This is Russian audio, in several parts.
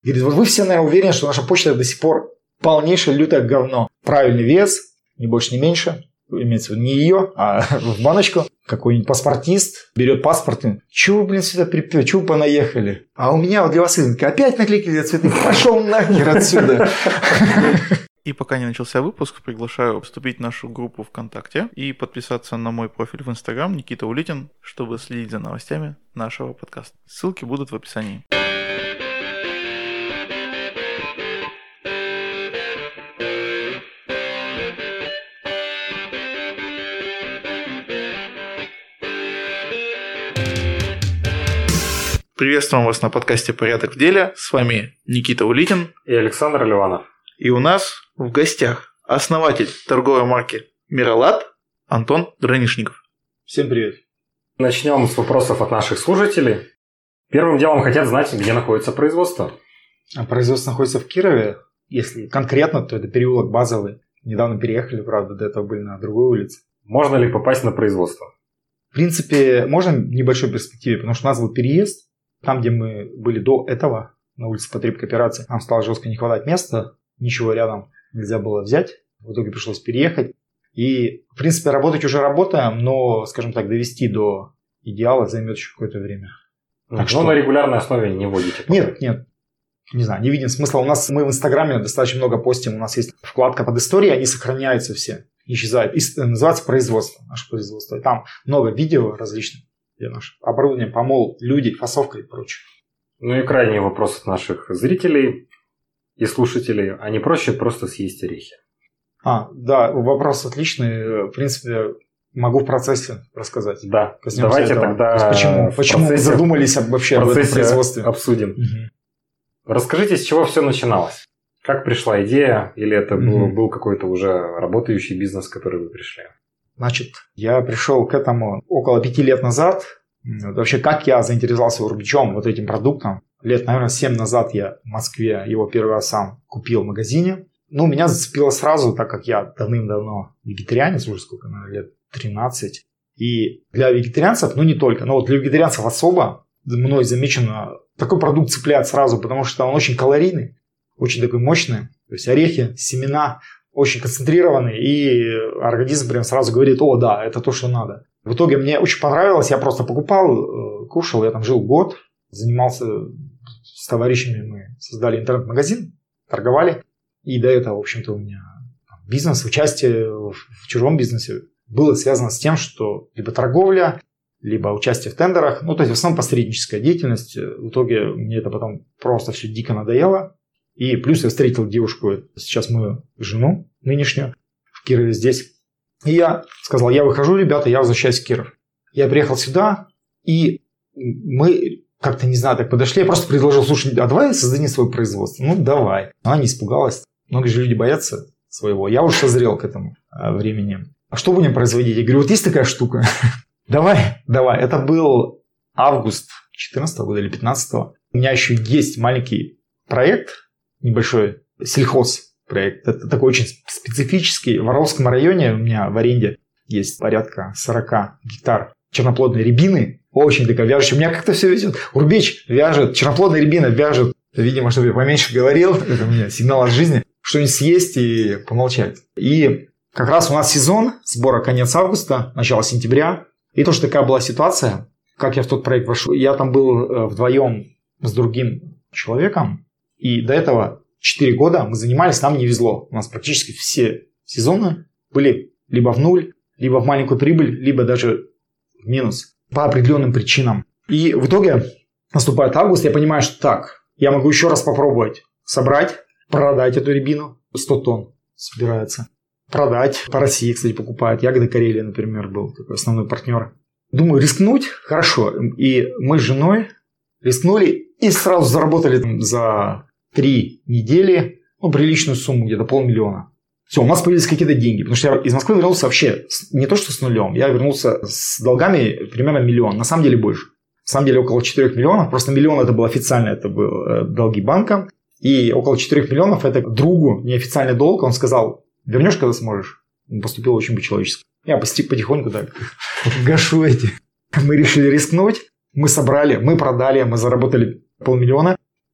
Говорит, вот вы все, наверное, уверены, что наша почта до сих пор полнейшее лютое говно. Правильный вес, ни больше, ни меньше. Имеется в виду не ее, а в баночку. Какой-нибудь паспортист берет паспорт. Чего вы, блин, сюда припёр? Чего вы понаехали? А у меня вот для вас изюминка. Опять наклейки цветы. Пошел нахер отсюда. И пока не начался выпуск, приглашаю вступить в нашу группу ВКонтакте и подписаться на мой профиль в Инстаграм Никита Улитин, чтобы следить за новостями нашего подкаста. Ссылки будут в описании. Приветствуем вас на подкасте «Порядок в деле». С вами Никита Улитин и Александр Ливанов. И у нас в гостях основатель торговой марки «Миролад» Антон Дранишников. Всем привет. Начнем с вопросов от наших слушателей. Первым делом хотят знать, где находится производство. Производство находится в Кирове. Если конкретно, то это переулок Базовый. Недавно переехали, правда, до этого были на другой улице. Можно ли попасть на производство? В принципе, можно в небольшой перспективе, потому что у нас был переезд. Там, где мы были до этого, на улице потребкооперации, нам стало жестко не хватать места, ничего рядом нельзя было взять. В итоге пришлось переехать. И, в принципе, работать уже работаем, но, скажем так, довести до идеала займет еще какое-то время. Так что на регулярной основе не вводите? Нет. Не знаю, не видим смысла. У нас мы в Инстаграме достаточно много постим. У нас есть вкладка под историей, они сохраняются все, исчезают. И называется производство, наше производство. И там много видео различных. Наше оборудование, помол, люди, фасовка и прочее. Ну и крайний вопрос от наших зрителей и слушателей. А не проще просто съесть орехи? Да, вопрос отличный. В принципе, могу в процессе рассказать. Да, давайте этого. Тогда почему мы задумались вообще об этом производстве. Обсудим. Угу. Расскажите, с чего все начиналось? Как пришла идея? Или это был какой-то уже работающий бизнес, в который вы пришли? Значит, я пришел к этому около 5 лет назад. Вообще, как я заинтересовался Урбичом, вот этим продуктом. Лет, наверное, 7 назад я в Москве его первый раз сам купил в магазине. Меня зацепило сразу, так как я давным-давно вегетарианец, уже сколько, наверное, лет 13. И для вегетарианцев, не только, но вот для вегетарианцев особо, мной замечено, такой продукт цепляет сразу, потому что он очень калорийный, очень такой мощный. То есть орехи, семена очень концентрированный, и организм прям сразу говорит: о, да, это то, что надо. В итоге мне очень понравилось, я просто покупал, кушал, я там жил год, занимался с товарищами, мы создали интернет-магазин, торговали, и до этого, в общем-то, у меня бизнес, участие в чужом бизнесе было связано с тем, что либо торговля, либо участие в тендерах, то есть в основном посредническая деятельность. В итоге мне это потом просто все дико надоело. И плюс я встретил девушку, сейчас мою жену нынешнюю, в Кирове здесь. И я сказал: я выхожу, ребята, я возвращаюсь в Киров. Я приехал сюда, и мы как-то, не знаю, так подошли. Я просто предложил: слушай, а давай создадим свое производство. Давай. Она не испугалась. Многие же люди боятся своего. Я уже созрел к этому времени. А что будем производить? Я говорю: вот есть такая штука. Давай. Это был август 2014 года или 2015. У меня еще есть маленький проект, небольшой сельхозпроект. Это такой очень специфический. В Орловском районе у меня в аренде есть порядка 40 гектар черноплодной рябины. Очень такая вяжущая. У меня как-то все везет. Урбич вяжет, черноплодная рябина вяжет. Видимо, чтобы я поменьше говорил, это мне сигнал от жизни, что-нибудь съесть и помолчать. И как раз у нас сезон сбора конец августа, начало сентября. И тоже такая была ситуация, как я в тот проект вошел. Я там был вдвоем с другим человеком. И до этого 4 года мы занимались, нам не везло. У нас практически все сезоны были либо в нуль, либо в маленькую прибыль, либо даже в минус по определенным причинам. И в итоге наступает август, я понимаю, что так, я могу еще раз попробовать собрать, продать эту рябину. 100 тонн собирается. Продать. По России, кстати, покупают. Ягоды Карелия, например, был такой основной партнер. Думаю, рискнуть? Хорошо. И мы с женой рискнули и сразу заработали за 3 недели приличную сумму, где-то 500 000. Все, у нас появились какие-то деньги. Потому что я из Москвы вернулся вообще не то что с нулем. Я вернулся с долгами примерно 1 миллион. На самом деле больше. На самом деле около 4 миллионов. Просто 1 миллион это был официально, это был долги банка. И около 4 миллионов это другу неофициальный долг. Он сказал: вернешь, когда сможешь. Он поступил очень по-человечески. Я потихоньку так гашу эти. Мы решили рискнуть. Мы собрали, мы продали, мы заработали 500 000.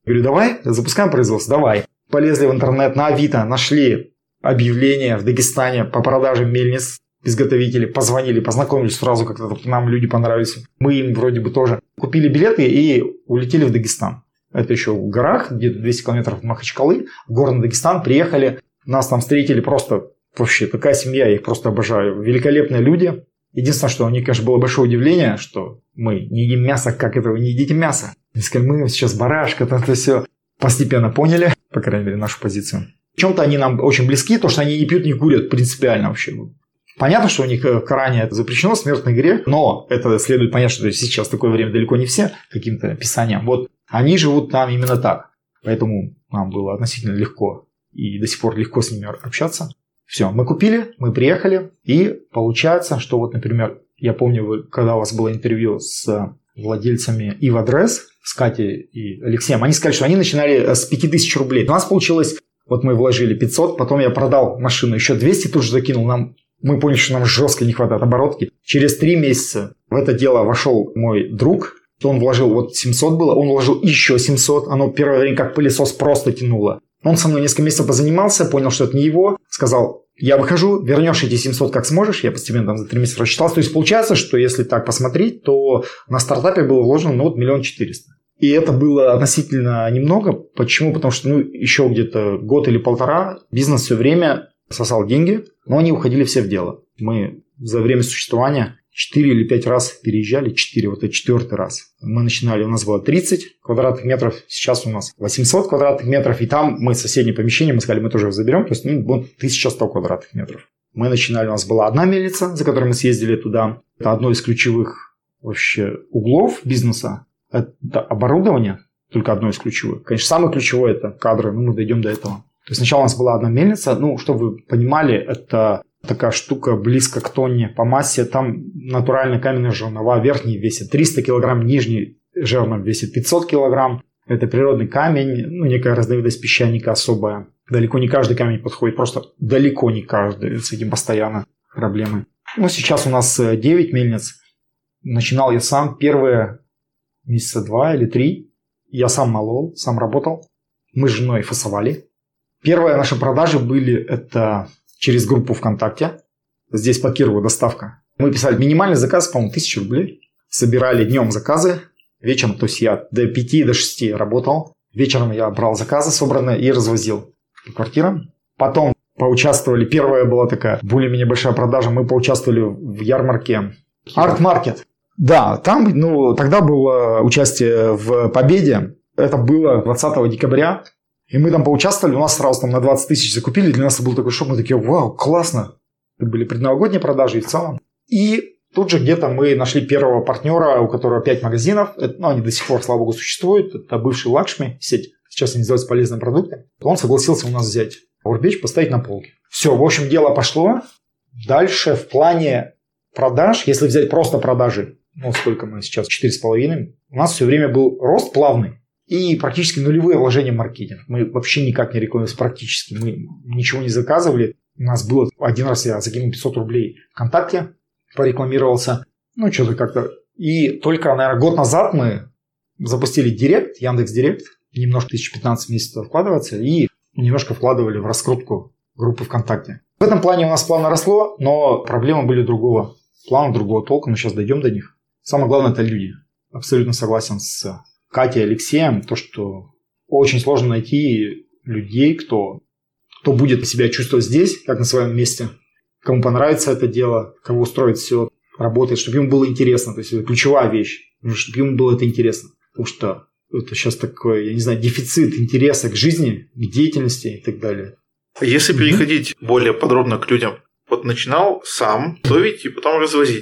Говорю, давай, запускаем производство, давай. Полезли в интернет, на Авито, нашли объявление в Дагестане по продаже мельниц, изготовители, позвонили, познакомились сразу, как-то нам люди понравились. Мы им вроде бы тоже купили билеты и улетели в Дагестан. Это еще в горах, где-то 200 километров от Махачкалы, в горный Дагестан, приехали, нас там встретили просто, вообще такая семья, я их просто обожаю, великолепные люди. Единственное, что у них, конечно, было большое удивление, что мы не едим мясо, как это вы не едите мясо? Они сказали, мы сейчас барашка, это все. Постепенно поняли, по крайней мере, нашу позицию. В чем-то они нам очень близки, то, что они не пьют, не курят принципиально вообще. Понятно, что у них Коране это запрещено, смертный грех, но это следует понять, что сейчас в такое время далеко не все каким-то писанием. Вот они живут там именно так. Поэтому нам было относительно легко и до сих пор легко с ними общаться. Все, мы купили, мы приехали, и получается, что вот, например, я помню, когда у вас было интервью с владельцами Ивадрес, с Катей и Алексеем, они сказали, что они начинали с 5000 рублей. У нас получилось, вот мы вложили 500, потом я продал машину, еще 200 тут же закинул нам. Мы поняли, что нам жестко не хватает оборотки. Через 3 месяца в это дело вошел мой друг. Он вложил, вот 700 было, он вложил еще 700. Оно первое время как пылесос просто тянуло. Он со мной несколько месяцев позанимался, понял, что это не его. Сказал, я выхожу, вернешь эти 700 как сможешь. Я постепенно там за 3 месяца рассчитался. То есть получается, что если так посмотреть, то на стартапе было вложено вот 1 400 000. И это было относительно немного. Почему? Потому что еще где-то год или полтора бизнес все время сосал деньги, но они уходили все в дело. Мы за время существования 4 или 5 раз переезжали, 4, вот это 4-й раз. Мы начинали, у нас было 30 квадратных метров, сейчас у нас 800 квадратных метров, и там мы соседнее помещение, мы сказали, мы тоже его заберем, то есть 1100 квадратных метров. Мы начинали, у нас была одна мельница, за которой мы съездили туда. Это одно из ключевых вообще углов бизнеса. Это оборудование, только одно из ключевых. Конечно, самое ключевое это кадры, но мы дойдем до этого. То есть сначала у нас была одна мельница, чтобы вы понимали, это такая штука близко к тонне по массе. Там натуральная каменная жернова, верхний весит 300 килограмм, нижний жернов весит 500 килограмм. Это природный камень, некая разновидность песчаника особая. Далеко не каждый камень подходит, просто далеко не каждый, с этим постоянно проблемы. Сейчас у нас 9 мельниц. Начинал я сам первые месяца 2 или 3. Я сам молол, сам работал. Мы с женой фасовали. Первые наши продажи были это через группу ВКонтакте. Здесь по Кирову доставка. Мы писали минимальный заказ, по-моему, 1000 рублей. Собирали днем заказы. Вечером, то есть я до 5, до 6 работал. Вечером я брал заказы собранные и развозил по квартирам. Потом поучаствовали. Первая была такая более-менее большая продажа. Мы поучаствовали в ярмарке Art Market. Да, там тогда было участие в Победе. Это было 20 декабря. И мы там поучаствовали, у нас сразу там на 20 000 закупили, для нас это был такой шок, мы такие, вау, классно. Это были предновогодние продажи и в целом. И тут же где-то мы нашли первого партнера, у которого 5 магазинов, они до сих пор, слава богу, существуют, это бывший Лакшми сеть, сейчас они называются полезные продукты. Он согласился у нас взять Workbench, поставить на полке. Все, в общем, дело пошло. Дальше в плане продаж, если взять просто продажи, сколько мы сейчас, 4,5, у нас все время был рост плавный. И практически нулевые вложения в маркетинг. Мы вообще никак не рекламировались практически. Мы ничего не заказывали. У нас было один раз я закинул 500 рублей ВКонтакте, порекламировался. Что-то как-то. И только, наверное, год назад мы запустили Директ, Яндекс.Директ. Немножко 1015 месяцев вкладываться. И немножко вкладывали в раскрутку группы ВКонтакте. В этом плане у нас плавно росло, но проблемы были другого плана, другого толка. Мы сейчас дойдем до них. Самое главное – это люди. Абсолютно согласен с Катей и Алексеем, то, что очень сложно найти людей, кто будет себя чувствовать здесь, как на своем месте, кому понравится это дело, кого устроит все, работает, чтобы ему было интересно. То есть это ключевая вещь, чтобы ему было это интересно. Потому что это сейчас такой, дефицит интереса к жизни, к деятельности и так далее. Если переходить более подробно к людям, вот начинал сам готовить и потом развозить.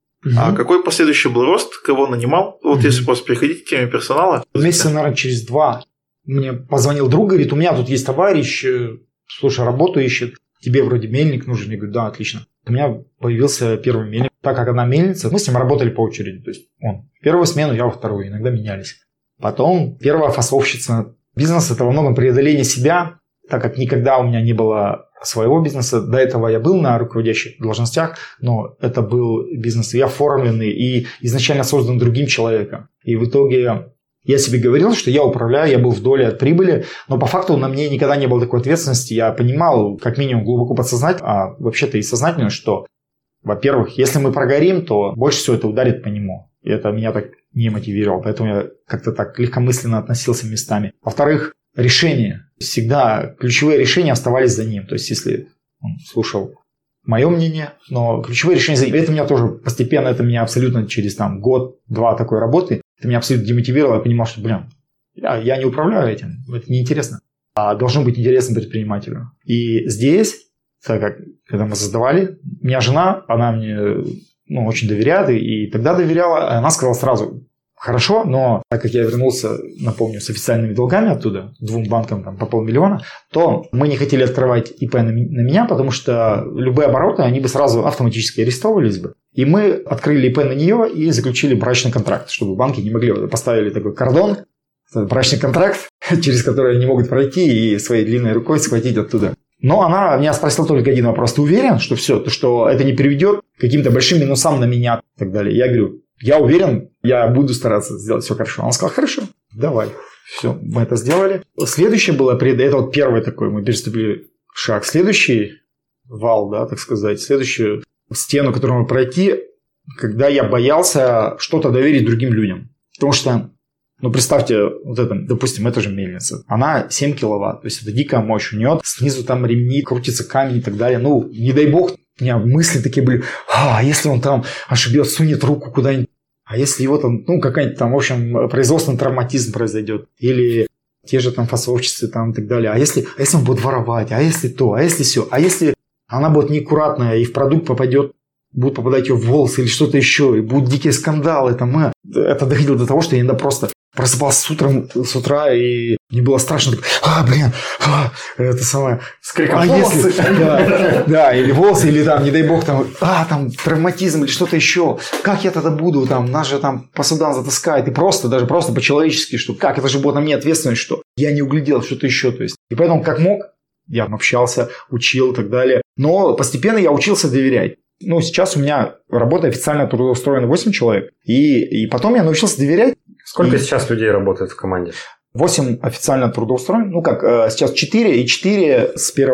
А какой последующий был рост, кого нанимал? Вот если просто переходить к теме персонала. Месяца, наверное, через 2 мне позвонил друг, говорит, у меня тут есть товарищ, слушай, работу ищет, тебе вроде мельник нужен. Я говорю, да, отлично. У меня появился первый мельник. Так как одна мельница, мы с ним работали по очереди. То есть он в первую смену, я во вторую, иногда менялись. Потом первая фасовщица. Бизнес – это во многом преодоление себя, так как никогда у меня не было своего бизнеса. До этого я был на руководящих должностях, но это был бизнес и оформленный, и изначально создан другим человеком. И в итоге Я себе говорил, что я управляю, я был в доле от прибыли, но по факту на мне никогда не было такой ответственности. Я понимал, как минимум глубоко подсознательно, а вообще-то и сознательно, что, во-первых, если мы прогорим, то больше всего это ударит по нему. И это меня так не мотивировало, поэтому я как-то так легкомысленно относился местами. Во-вторых, решения. Всегда ключевые решения оставались за ним. То есть, если он слушал мое мнение, но ключевые решения за ним. Это меня тоже постепенно, это меня абсолютно через год-два такой работы, это меня абсолютно демотивировало. Я понимал, что, я не управляю этим, это неинтересно. А должно быть интересно предпринимателю. И здесь, так как когда мы создавали, у меня жена, она мне очень доверяет, и тогда доверяла, она сказала сразу: хорошо, но так как я вернулся, напомню, с официальными долгами оттуда, 2 банкам по 500 000, то мы не хотели открывать ИП на меня, потому что любые обороты, они бы сразу автоматически арестовывались бы. И мы открыли ИП на нее и заключили брачный контракт, чтобы банки не могли, поставили такой кордон, брачный контракт, через который они могут пройти и своей длинной рукой схватить оттуда. Но она меня спросила только один вопрос: ты уверен, что все, что это не приведет к каким-то большим минусам на меня и так далее? Я говорю: я уверен, я буду стараться сделать все хорошо. Он сказал: хорошо, давай. Все, мы это сделали. Следующее было, это первый такой, мы переступили шаг. Следующий вал, так сказать, следующую стену, которую мы пройти, когда я боялся что-то доверить другим людям. Потому что, представьте, допустим, это же мельница. Она 7 киловатт, то есть это дикая мощь. У нее снизу там ремни, крутится камень и так далее. Не дай бог, у меня мысли такие были: а если он там ошибется, сунет руку куда-нибудь, а если его там, какая-нибудь там, в общем, производственный травматизм произойдет, или те же там фасовщицы там и так далее, а если он будет воровать, а если то, а если все, а если она будет неаккуратная и в продукт будут попадать ее в волосы или что-то еще, и будут дикие скандалы, это доходило до того, что я иногда просто просыпался с утра, и мне было страшно, это самое... С криком волосы. Или волосы, или не дай бог, травматизм или что-то еще. Как я тогда буду, нас же по судам затаскают. И просто по-человечески, что как, это же будет на мне ответственность, что я не углядел, что-то еще. То есть. И поэтому как мог, я общался, учил и так далее. Но постепенно я учился доверять. Сейчас у меня работа официально трудоустроена 8 человек. И потом я научился доверять. Сколько сейчас людей работает в команде? 8 официально трудоустроен. Сейчас 4, и 4 с 1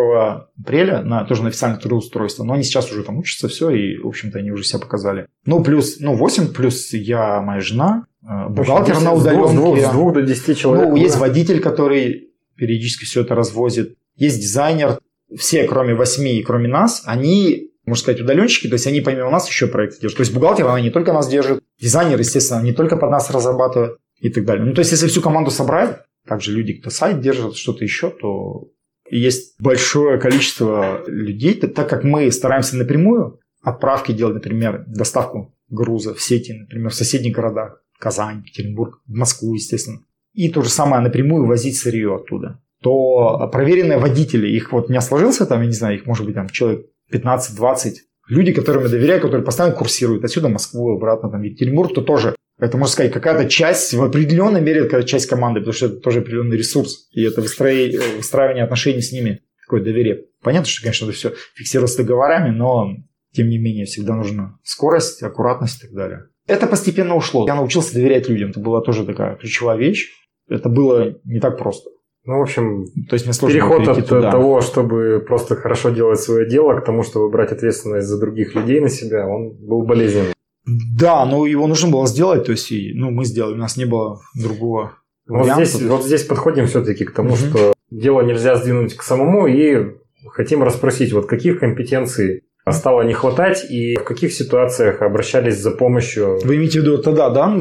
апреля тоже на официальное трудоустройство. Но они сейчас уже учатся, все, и, в общем-то, они уже себя показали. Плюс 8, плюс я, моя жена, бухгалтер на удаленке. С 2 до 10 человек. Есть водитель, который периодически все это развозит. Есть дизайнер. Все, кроме 8 и кроме нас, они, можно сказать, удаленщики, то есть они помимо нас еще проекты держат. То есть бухгалтер, она не только нас держит, дизайнер, естественно, не только под нас разрабатывает и так далее. То есть если всю команду собрать, также люди, кто сайт держит, что-то еще, то есть большое количество людей, так как мы стараемся напрямую отправки делать, например, доставку груза в сети, например, в соседних городах, Казань, Петербург, Москву, естественно, и то же самое напрямую возить сырье оттуда, то проверенные водители, их у меня сложился я не знаю, их может быть человек 15-20, люди, которым я доверяю, которые постоянно курсируют отсюда в Москву, обратно в Екатеринбург, то тоже, это, можно сказать, какая-то часть, в определенной мере, какая-то часть команды, потому что это тоже определенный ресурс, и это выстраивание отношений с ними, такое доверие. Понятно, что, конечно, это все фиксируется договорами, но, тем не менее, всегда нужна скорость, аккуратность и так далее. Это постепенно ушло. Я научился доверять людям. Это была тоже такая ключевая вещь. Это было не так просто. В общем, то есть переход от того, чтобы просто хорошо делать свое дело, к тому, чтобы брать ответственность за других людей на себя, он был болезненный. Да, но его нужно было сделать, то есть мы сделали, у нас не было другого варианта. Вот здесь подходим все-таки к тому, что дело нельзя сдвинуть к самому, и хотим расспросить, каких компетенций стало не хватать, и в каких ситуациях обращались за помощью. Вы имеете в виду тогда, да?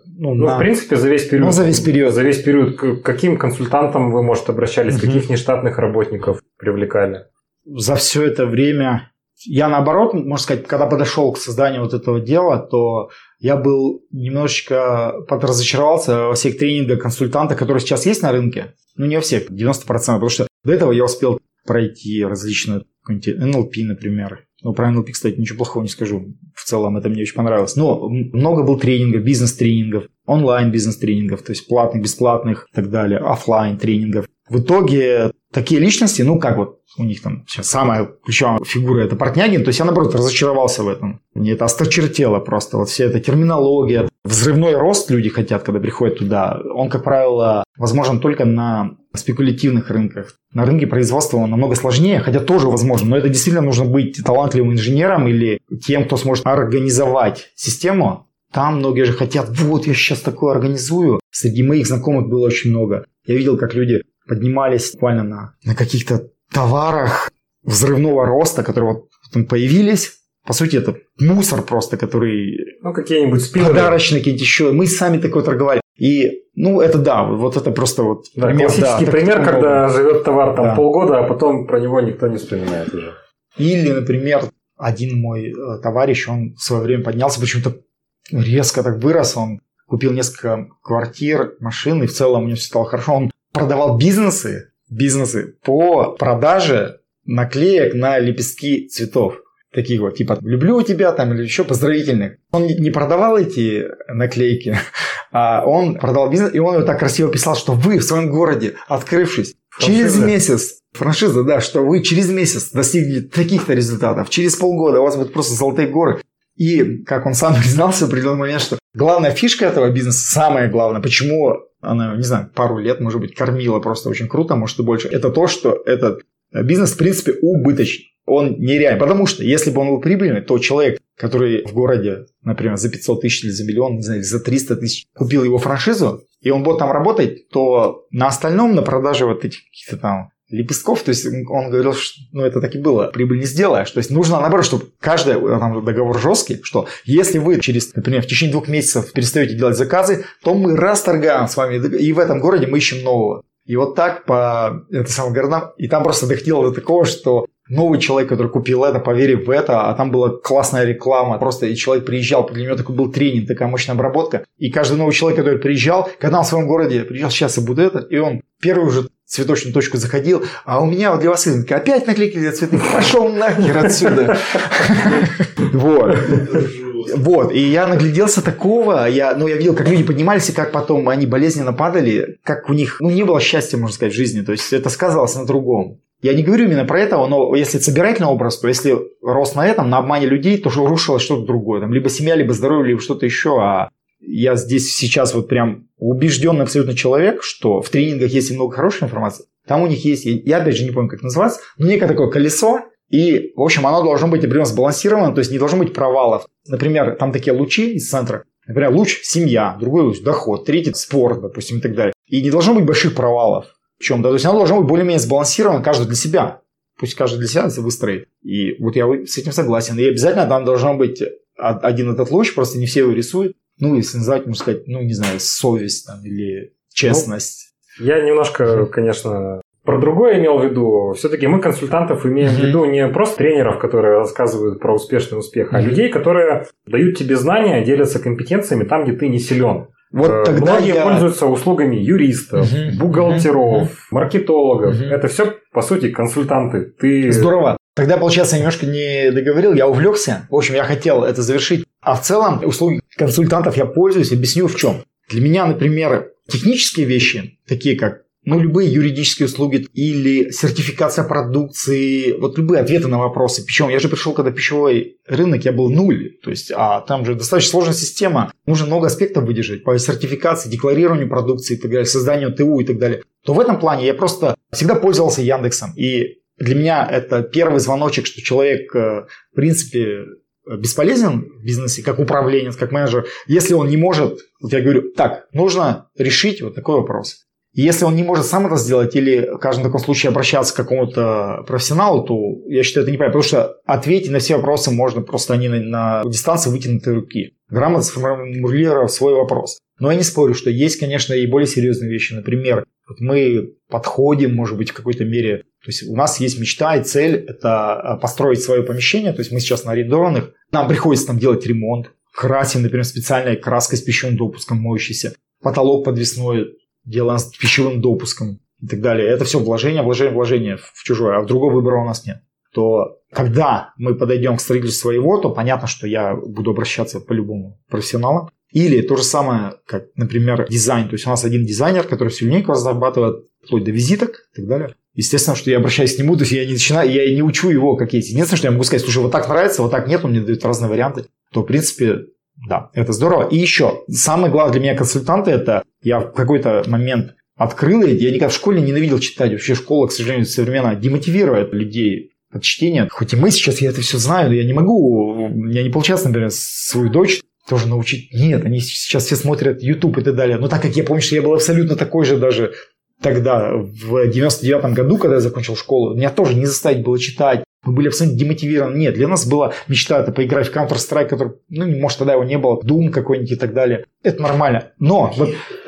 В принципе, за весь период. За весь период. За весь период. К каким консультантам вы, может, обращались, каких нештатных работников привлекали? За все это время я, наоборот, можно сказать, когда подошел к созданию этого дела, то я был немножечко подразочаровался во всех тренингах консультантов, которые сейчас есть на рынке. Не во всех, 90%, потому что до этого я успел пройти различные NLP, например. Про NLP, кстати, ничего плохого не скажу. В целом это мне очень понравилось. Но много было тренингов, бизнес-тренингов, онлайн-бизнес-тренингов, то есть платных, бесплатных и так далее, офлайн-тренингов. В итоге такие личности, ну, как вот у них там сейчас самая ключевая фигура – это Портнягин, то есть я, наоборот, разочаровался в этом. Мне это осточертело просто, вот вся эта терминология. Взрывной рост люди хотят, когда приходят туда. Он, как правило, возможен только на спекулятивных рынках. На рынке производства он намного сложнее, хотя тоже возможно, но это действительно нужно быть талантливым инженером или тем, кто сможет организовать систему. Там многие же хотят, вот я сейчас такое организую. Среди моих знакомых было очень много. Я видел, как люди поднимались буквально на каких-то товарах взрывного роста, которые вот там появились. По сути, это мусор просто, который... Ну, какие-нибудь спины. Подарочные какие-нибудь еще. Мы сами такое торговали. И, ну, это да, вот это просто вот... Да, пример, классический пример, когда живет товар там полгода, а потом про него никто не вспоминает уже. Или, например, один мой товарищ, он в свое время поднялся, почему-то резко так вырос, он купил несколько квартир, машин, и в целом у него все стало хорошо. Он продавал бизнесы по продаже наклеек на лепестки цветов. Такие вот, типа «люблю тебя» там или еще поздравительных. Он не продавал эти наклейки, а он продавал бизнес, и он его так красиво писал, что вы в своем городе, открывшись, через месяц, франшиза, да, что вы через месяц достигли таких-то результатов, через полгода у вас будут просто золотые горы. И, как он сам признался в определенный момент, что главная фишка этого бизнеса, самое главное, почему она, не знаю, пару лет, может быть, кормила просто очень круто, может и больше, это то, что этот бизнес, в принципе, убыточный. Он нереальный. Потому что, если бы он был прибыльный, то человек, который в городе, например, за 500 тысяч или за миллион, не знаю, за 300 тысяч купил его франшизу, и он будет там работать, то на остальном, на продаже вот этих каких-то там лепестков, то есть он говорил, что ну, это так и было, прибыль не сделаешь. То есть нужно, наоборот, чтобы каждый там, договор жесткий, что если вы например, в течение 2 месяцев перестаете делать заказы, то мы расторгаем с вами, и в этом городе мы ищем нового. И вот так по городам, и там просто доходило до такого, что новый человек, который купил это, поверив в это, а там была классная реклама, просто и человек приезжал, для него такой был тренинг, такая мощная обработка, и каждый новый человек, который приезжал, когда он в своем городе приезжал, сейчас я буду это, и он первую же цветочную точку заходил, а у меня вот для вас опять наклейки для цветы, пошел нахер отсюда. Вот, и я нагляделся такого, я видел, как люди поднимались, и как потом они болезненно падали, как у них, не было счастья, можно сказать, в жизни, то есть это сказывалось на другом. Я не говорю именно про это, но если это собирательный образ, то если рос на этом, на обмане людей, то рушилось что-то другое, там, либо семья, либо здоровье, либо что-то еще, а я здесь сейчас вот прям убежденный абсолютно человек, что в тренингах есть и много хорошей информации, там у них есть, я опять же не помню, как это называется, но некое такое колесо, и, в общем, оно должно быть определенно сбалансировано, то есть не должно быть провалов. Например, там такие лучи из центра. Например, луч – семья, другой луч – доход, третий – спорт, допустим, и так далее. И не должно быть больших провалов в чем-то. То есть оно должно быть более-менее сбалансировано, каждый для себя. Пусть каждый для себя это выстроит. И вот я с этим согласен. И обязательно там должен быть один этот луч, просто не все его рисуют. Ну, если называть, можно сказать, не знаю, совесть там, или честность. Я немножко, конечно... Про другое имел в виду. Все-таки мы консультантов имеем в виду не просто тренеров, которые рассказывают про успешный успех, а людей, которые дают тебе знания, делятся компетенциями там, где ты не силен. Вот тогда многие пользуются услугами юристов, бухгалтеров, маркетологов. Это все, по сути, консультанты. Здорово. Тогда, получается, я немножко не договорил, я увлекся. В общем, я хотел это завершить. А в целом, услуги консультантов я пользуюсь, объясню в чем. Для меня, например, технические вещи, такие как любые юридические услуги или сертификация продукции, вот любые ответы на вопросы. Причем я же пришел, когда пищевой рынок, я был нуль. То есть, а там же достаточно сложная система. Нужно много аспектов выдержать по сертификации, декларированию продукции и так далее, созданию ТУ и так далее. То в этом плане я просто всегда пользовался Яндексом. И для меня это первый звоночек, что человек, в принципе, бесполезен в бизнесе, как управленец, как менеджер, если он не может, вот я говорю, так, нужно решить вот такой вопрос. И если он не может сам это сделать или в каждом таком случае обращаться к какому-то профессионалу, то я считаю, это неправильно, потому что ответить на все вопросы можно просто они на дистанции вытянутой руки, грамотно сформулировав свой вопрос. Но я не спорю, что есть, конечно, и более серьезные вещи. Например, вот мы подходим, может быть, в какой-то мере, то есть у нас есть мечта и цель – это построить свое помещение, то есть мы сейчас на арендованных, нам приходится там делать ремонт, красим, например, специальной краской с пищевым допуском моющейся, потолок подвесной, делаем с пищевым допуском и так далее. Это все вложение в чужое, а в другого выбора у нас нет. То когда мы подойдем к строительству своего, то понятно, что я буду обращаться по-любому к профессионалам. Или то же самое, как, например, дизайн. То есть у нас один дизайнер, который всю линейку разрабатывает, вплоть до визиток и так далее. Естественно, что я обращаюсь к нему, то есть я не учу его как есть. Единственное, что я могу сказать, слушай, вот так нравится, вот так нет, он мне дает разные варианты, то, в принципе, да, это здорово. И еще, самое главное для меня консультанты, это я в какой-то момент открыл, я никогда в школе ненавидел читать, вообще школа, к сожалению, современно демотивирует людей от чтения. Хоть и я это все знаю, но я не могу, у меня не получается, например, свою дочь тоже научить. Нет, они сейчас все смотрят YouTube и так далее. Но так как я помню, что я был абсолютно такой же даже тогда, в 99-м году, когда я закончил школу, меня тоже не заставить было читать. Мы были абсолютно демотивированы. Нет, для нас была мечта это поиграть в Counter-Strike, который, может, тогда его не было, Doom какой-нибудь и так далее. Это нормально. Но вот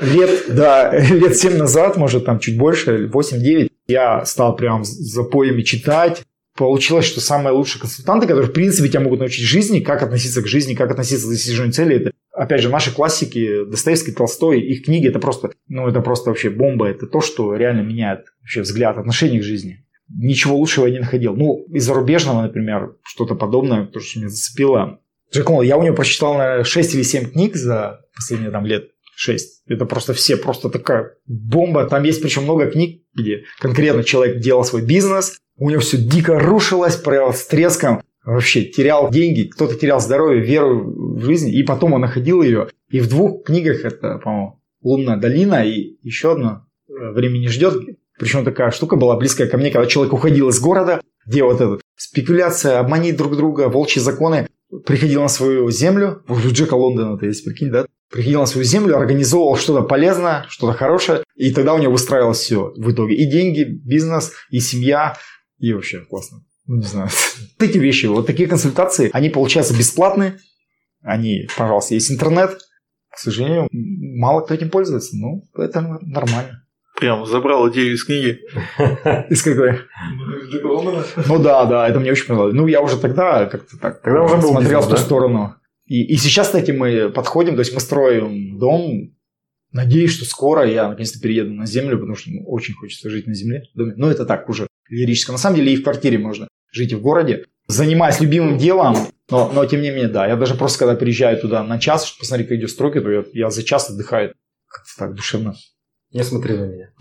лет 7 назад, может, там чуть больше, 8-9, я стал прям запоями читать. Получилось, что самые лучшие консультанты, которые, в принципе, тебя могут научить жизни, как относиться к жизни, как относиться к достижению цели, это, опять же, наши классики, Достоевский, Толстой, их книги, это просто вообще бомба, это то, что реально меняет вообще взгляд, отношение к жизни. Ничего лучшего я не находил. Из зарубежного, например, что-то подобное, то, что меня зацепило. Джек Лондон, я у него прочитал, наверное, 6 или 7 книг за последние лет 6. Это просто такая бомба. Там есть причем много книг, где конкретно человек делал свой бизнес, у него все дико рушилось, прям с треском. Вообще терял деньги, кто-то терял здоровье, веру в жизнь, и потом он находил ее. И в 2 книгах, это, по-моему, «Лунная долина» и еще одна «Время не ждет». Причем такая штука была близкая ко мне, когда человек уходил из города, где вот эта спекуляция, обманить друг друга, волчьи законы, приходил на свою землю, у Джека Лондона это есть, прикинь, да? Приходил на свою землю, организовывал что-то полезное, что-то хорошее, и тогда у него выстраивалось все в итоге. И деньги, бизнес, и семья, и вообще классно. Не знаю. Вот эти вещи, вот такие консультации, они получаются бесплатные, они, пожалуйста, есть интернет. К сожалению, мало кто этим пользуется, это нормально. Прям забрал идею из книги. Из какой? Да, это мне очень понравилось. Я уже тогда как-то так тогда уже был смотрел в ту сторону. И сейчас, кстати, мы подходим, то есть мы строим дом. Надеюсь, что скоро я наконец-то перееду на землю, потому что очень хочется жить на земле. Это так уже лирически. На самом деле и в квартире можно жить, и в городе. Занимаясь любимым делом, но тем не менее, да. Я даже просто когда приезжаю туда на час, чтобы посмотреть, как идет стройка, то я за час отдыхаю как-то так душевно. Не смотри на меня.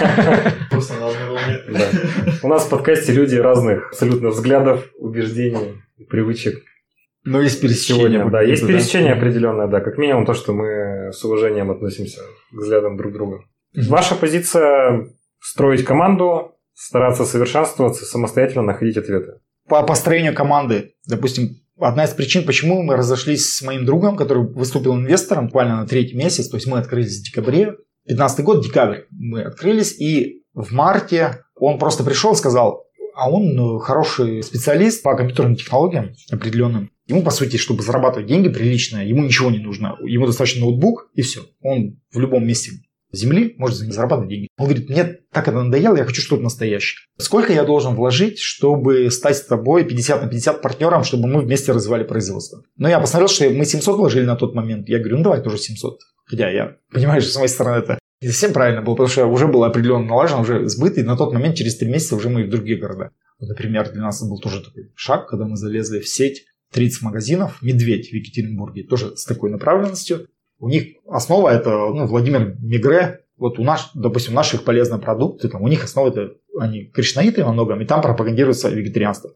Просто на одной волне. У нас в подкасте люди разных абсолютно взглядов, убеждений, привычек. Но есть пересечение. Да, есть пересечение определенное, да. Как минимум то, что мы с уважением относимся к взглядам друг друга. Ваша позиция – строить команду, стараться совершенствоваться, самостоятельно находить ответы. По построению команды, допустим, одна из причин, почему мы разошлись с моим другом, который выступил инвестором буквально на 3-й месяц, то есть мы открылись в декабре, 15-й год, декабрь мы открылись, и в марте он просто пришел и сказал, а он хороший специалист по компьютерным технологиям определенным. Ему, по сути, чтобы зарабатывать деньги приличные, ему ничего не нужно. Ему достаточно ноутбук, и все. Он в любом месте земли может зарабатывать деньги. Он говорит, мне так это надоело, я хочу что-то настоящее. Сколько я должен вложить, чтобы стать с тобой 50 на 50 партнером, чтобы мы вместе развивали производство? Но я посмотрел, что мы 700 вложили на тот момент. Я говорю, давай тоже 700. Хотя я понимаю, что с моей стороны это не совсем правильно было, потому что уже было определенно налажено, уже сбыт, и на тот момент через 3 месяца уже мы и в другие города. Например, для нас был тоже такой шаг, когда мы залезли в сеть 30 магазинов, «Медведь» в Екатеринбурге, тоже с такой направленностью. У них основа это Владимир Мегре. Вот у нас, допустим, наши их полезные продукты, у них основа это они кришнаиты во многом, и там пропагандируется вегетарианство.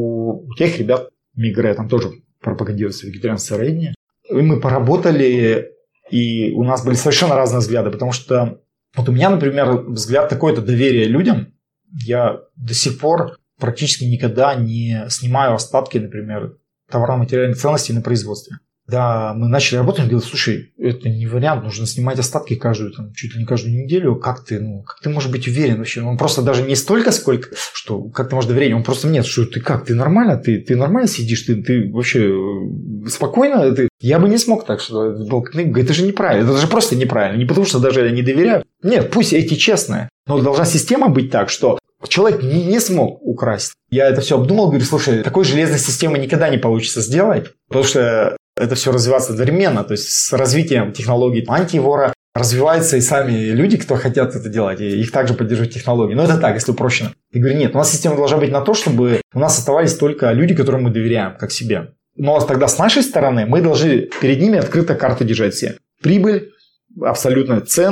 У тех ребят Мегре там тоже пропагандируется вегетарианство сыроедение. И мы поработали, и у нас были совершенно разные взгляды, потому что вот у меня, например, взгляд такой-то доверие людям. Я до сих пор практически никогда не снимаю остатки, например, товарно-материальных ценностей на производстве. Да, мы начали работать, он говорит, слушай, это не вариант, нужно снимать остатки чуть ли не каждую неделю. Как ты можешь быть уверен вообще? Он просто даже не столько, сколько, что как ты можешь доверять, он просто нет, что ты нормально, ты нормально сидишь, ты вообще спокойно, я бы не смог так, что это же неправильно, это же просто неправильно, не потому что даже я не доверяю. Нет, пусть эти честные, но должна система быть так, что человек не смог украсть. Я это все обдумал, говорю, слушай, такой железной системы никогда не получится сделать, потому что это все развивается одновременно, то есть с развитием технологий антивора развиваются и сами люди, кто хотят это делать, и их также поддерживают технологии. Но это так, если упрощенно. Я говорю, нет, у нас система должна быть на то, чтобы у нас оставались только люди, которым мы доверяем, как себе. Но тогда с нашей стороны мы должны перед ними открыто карты держать все. Прибыль, абсолютно цены,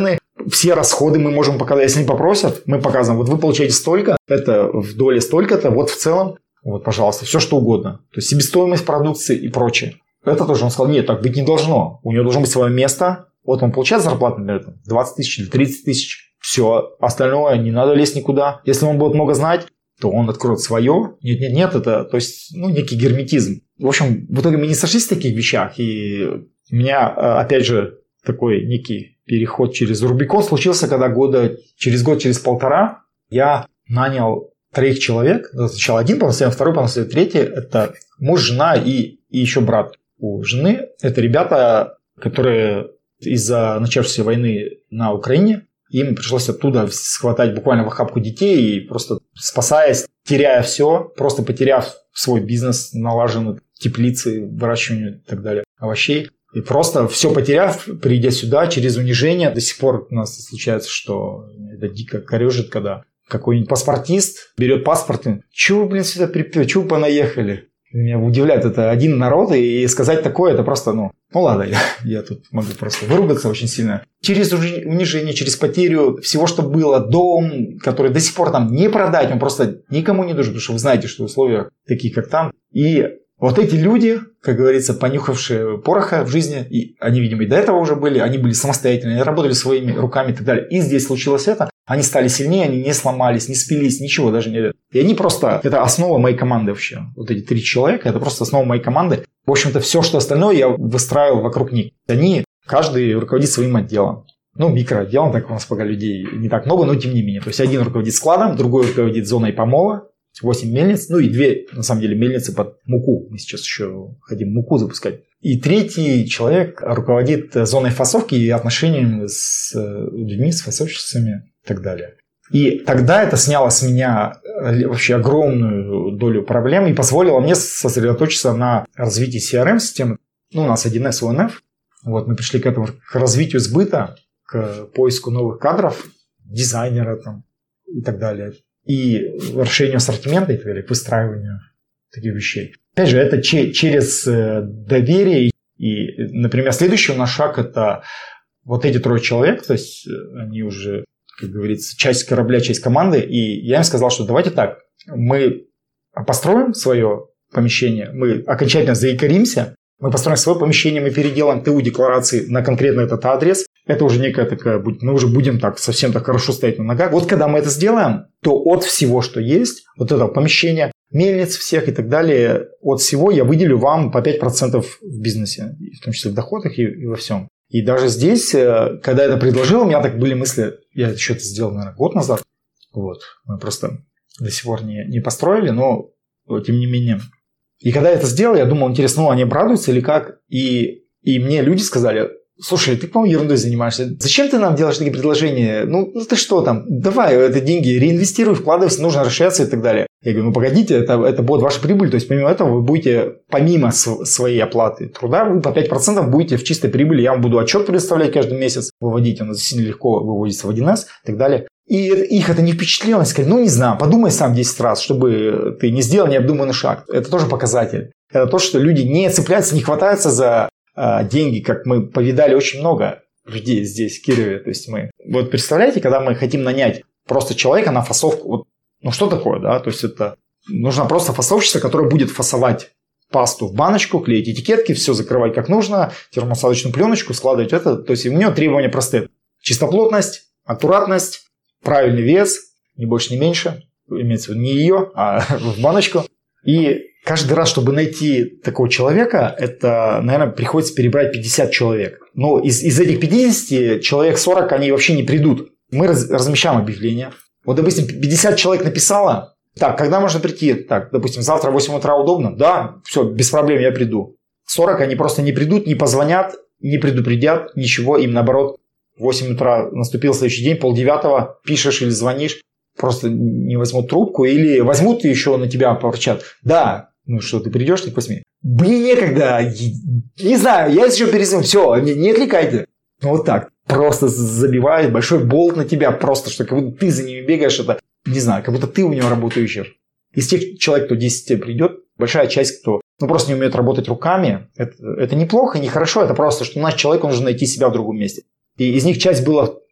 все расходы мы можем показать. Если они попросят, мы показываем. Вот вы получаете столько, это в доле столько-то, вот в целом, вот, пожалуйста, все что угодно. То есть себестоимость продукции и прочее. Это тоже он сказал, нет, так быть не должно. У него должно быть свое место. Вот он получает зарплату, например, 20 тысяч или 30 тысяч. Все, остальное не надо лезть никуда. Если он будет много знать, то он откроет свое. Нет, это, то есть, некий герметизм. В общем, в итоге мы не сошлись в таких вещах. И у меня, опять же, такой некий переход через Рубикон случился, когда через год, через полтора я нанял 3 человек. Сначала один, потом второй, потом третий. Это муж, жена и еще брат у жены. Это ребята, которые из-за начавшейся войны на Украине, им пришлось оттуда схватать буквально в охапку детей и просто спасаясь, теряя все, просто потеряв свой бизнес, налаженный теплицы, выращиванию и так далее, овощей. И просто все потеряв, придя сюда через унижение, до сих пор у нас случается, что это дико корежит, когда какой-нибудь паспортист берет паспорт и «Чего вы, сюда припёр? Чего вы понаехали?» Меня удивляет, это один народ, и сказать такое, это просто, ладно, я тут могу просто выругаться очень сильно. Через унижение, через потерю всего, что было, дом, который до сих пор там не продать, он просто никому не нужен, потому что вы знаете, что условия такие, как там. И вот эти люди, как говорится, понюхавшие пороха в жизни, и они, видимо, и до этого уже были, они были самостоятельные, они работали своими руками и так далее. И здесь случилось это. Они стали сильнее, они не сломались, не спились, ничего даже не... И они просто... Это основа моей команды вообще. Вот эти 3 человека, это просто основа моей команды. В общем-то, все, что остальное я выстраивал вокруг них. Они, каждый руководит своим отделом. Микроотделом, так у нас пока людей не так много, но тем не менее. То есть, один руководит складом, другой руководит зоной помола, 8 мельниц, и 2, на самом деле, мельницы под муку. Мы сейчас еще хотим муку запускать. И 3 человек руководит зоной фасовки и отношениями с людьми, с фасовщицами и так далее. И тогда это сняло с меня вообще огромную долю проблем и позволило мне сосредоточиться на развитии CRM-системы. У нас 1С, ОНФ. Вот мы пришли к этому, к развитию сбыта, к поиску новых кадров, дизайнера там, и так далее. И расширению ассортимента и так далее, к выстраиванию таких вещей. Опять же, это через доверие. И, например, следующий у нас шаг – это вот эти 3 человек, то есть они уже, как говорится, часть корабля, часть команды. И я им сказал, что давайте так, мы построим свое помещение, мы окончательно заикаримся, мы построим свое помещение, мы переделаем ТУ декларации на конкретно этот адрес. Это уже некая такая, мы уже будем так совсем так хорошо стоять на ногах. Вот когда мы это сделаем, то от всего, что есть, вот этого помещения, мельниц всех и так далее, от всего я выделю вам по 5% в бизнесе, в том числе в доходах и во всем. И даже здесь, когда я это предложил, у меня так были мысли, я еще это сделал, наверное, год назад. Вот. Мы просто до сих пор не построили, но тем не менее. И когда я это сделал, я думал, интересно, они обрадуются или как? И мне люди сказали: слушай, ты, по-моему, ерундой занимаешься. Зачем ты нам делаешь такие предложения? Ты что там? Давай это деньги реинвестируй, вкладывайся, нужно расширяться и так далее. Я говорю, погодите, это будет ваша прибыль. То есть, помимо этого, вы будете, помимо своей оплаты труда, вы по 5% будете в чистой прибыли. Я вам буду отчет предоставлять каждый месяц, выводить. Он сильно легко выводится в 1С и так далее. И их это не впечатлило. Они сказали, не знаю, подумай сам 10 раз, чтобы ты не сделал необдуманный шаг. Это тоже показатель. Это то, что люди не цепляются, не хватаются за деньги, как мы повидали очень много людей здесь, в Кирове. То есть мы... Вот представляете, когда мы хотим нанять просто человека на фасовку, что такое, да? То есть это нужна просто фасовщица, которая будет фасовать пасту в баночку, клеить этикетки, все закрывать как нужно, термоусадочную пленочку, складывать это. То есть у нее требования простые. Чистоплотность, аккуратность, правильный вес, ни больше, ни меньше. Имеется в виду не ее, а в баночку. И каждый раз, чтобы найти такого человека, это, наверное, приходится перебрать 50 человек. Но из этих 50 человек 40, они вообще не придут. Мы размещаем объявление. Вот, допустим, 50 человек написало. Так, когда можно прийти? Так, допустим, завтра в 8 утра удобно? Да, все, без проблем, я приду. 40 они просто не придут, не позвонят, не предупредят, ничего. Им наоборот, в 8 утра наступил следующий день, 8:30, пишешь или звонишь, просто не возьмут трубку. Или возьмут и еще на тебя поворчат. Да, что, ты придешь, ты посмей. Мне некогда, не знаю, я еще перезвоню. Все, не отвлекайте. Вот так. Просто забивает большой болт на тебя, просто что как будто ты за ними бегаешь, это, не знаю, как будто ты у него работаешь. Из тех человек, кто 10 придет, большая часть, кто просто не умеет работать руками, это неплохо, не хорошо, это просто, что наш человек, он должен найти себя в другом месте. И из них часть была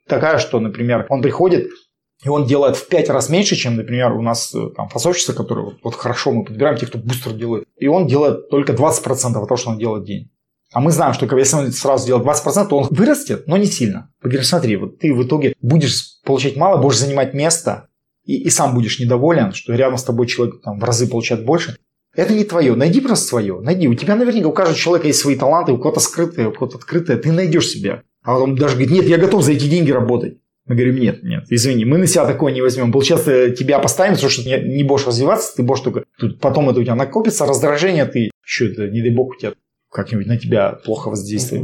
такая, что, например, он приходит, и он делает в 5 раз меньше, чем, например, у нас там фасовщица, который вот хорошо мы подбираем тех, кто быстро делает. И он делает только 20% от того, что он делает в день. А мы знаем, что если он сразу делает 20%, то он вырастет, но не сильно. Говоришь, смотри, вот ты в итоге будешь получать мало, будешь занимать место, и сам будешь недоволен, что рядом с тобой человек там, в разы получает больше. Это не твое. Найди просто свое. Найди. У тебя наверняка у каждого человека есть свои таланты, у кого-то скрытые, у кого-то открытые. Ты найдешь себя. А он даже говорит, нет, я готов за эти деньги работать. Мы говорим, нет, извини, мы на себя такое не возьмем. Получается, тебя поставим, потому что ты не будешь развиваться, ты будешь только... Тут потом это у тебя накопится, раздражение, ты еще это, не дай бог, у тебя как-нибудь на тебя плохо воздействует.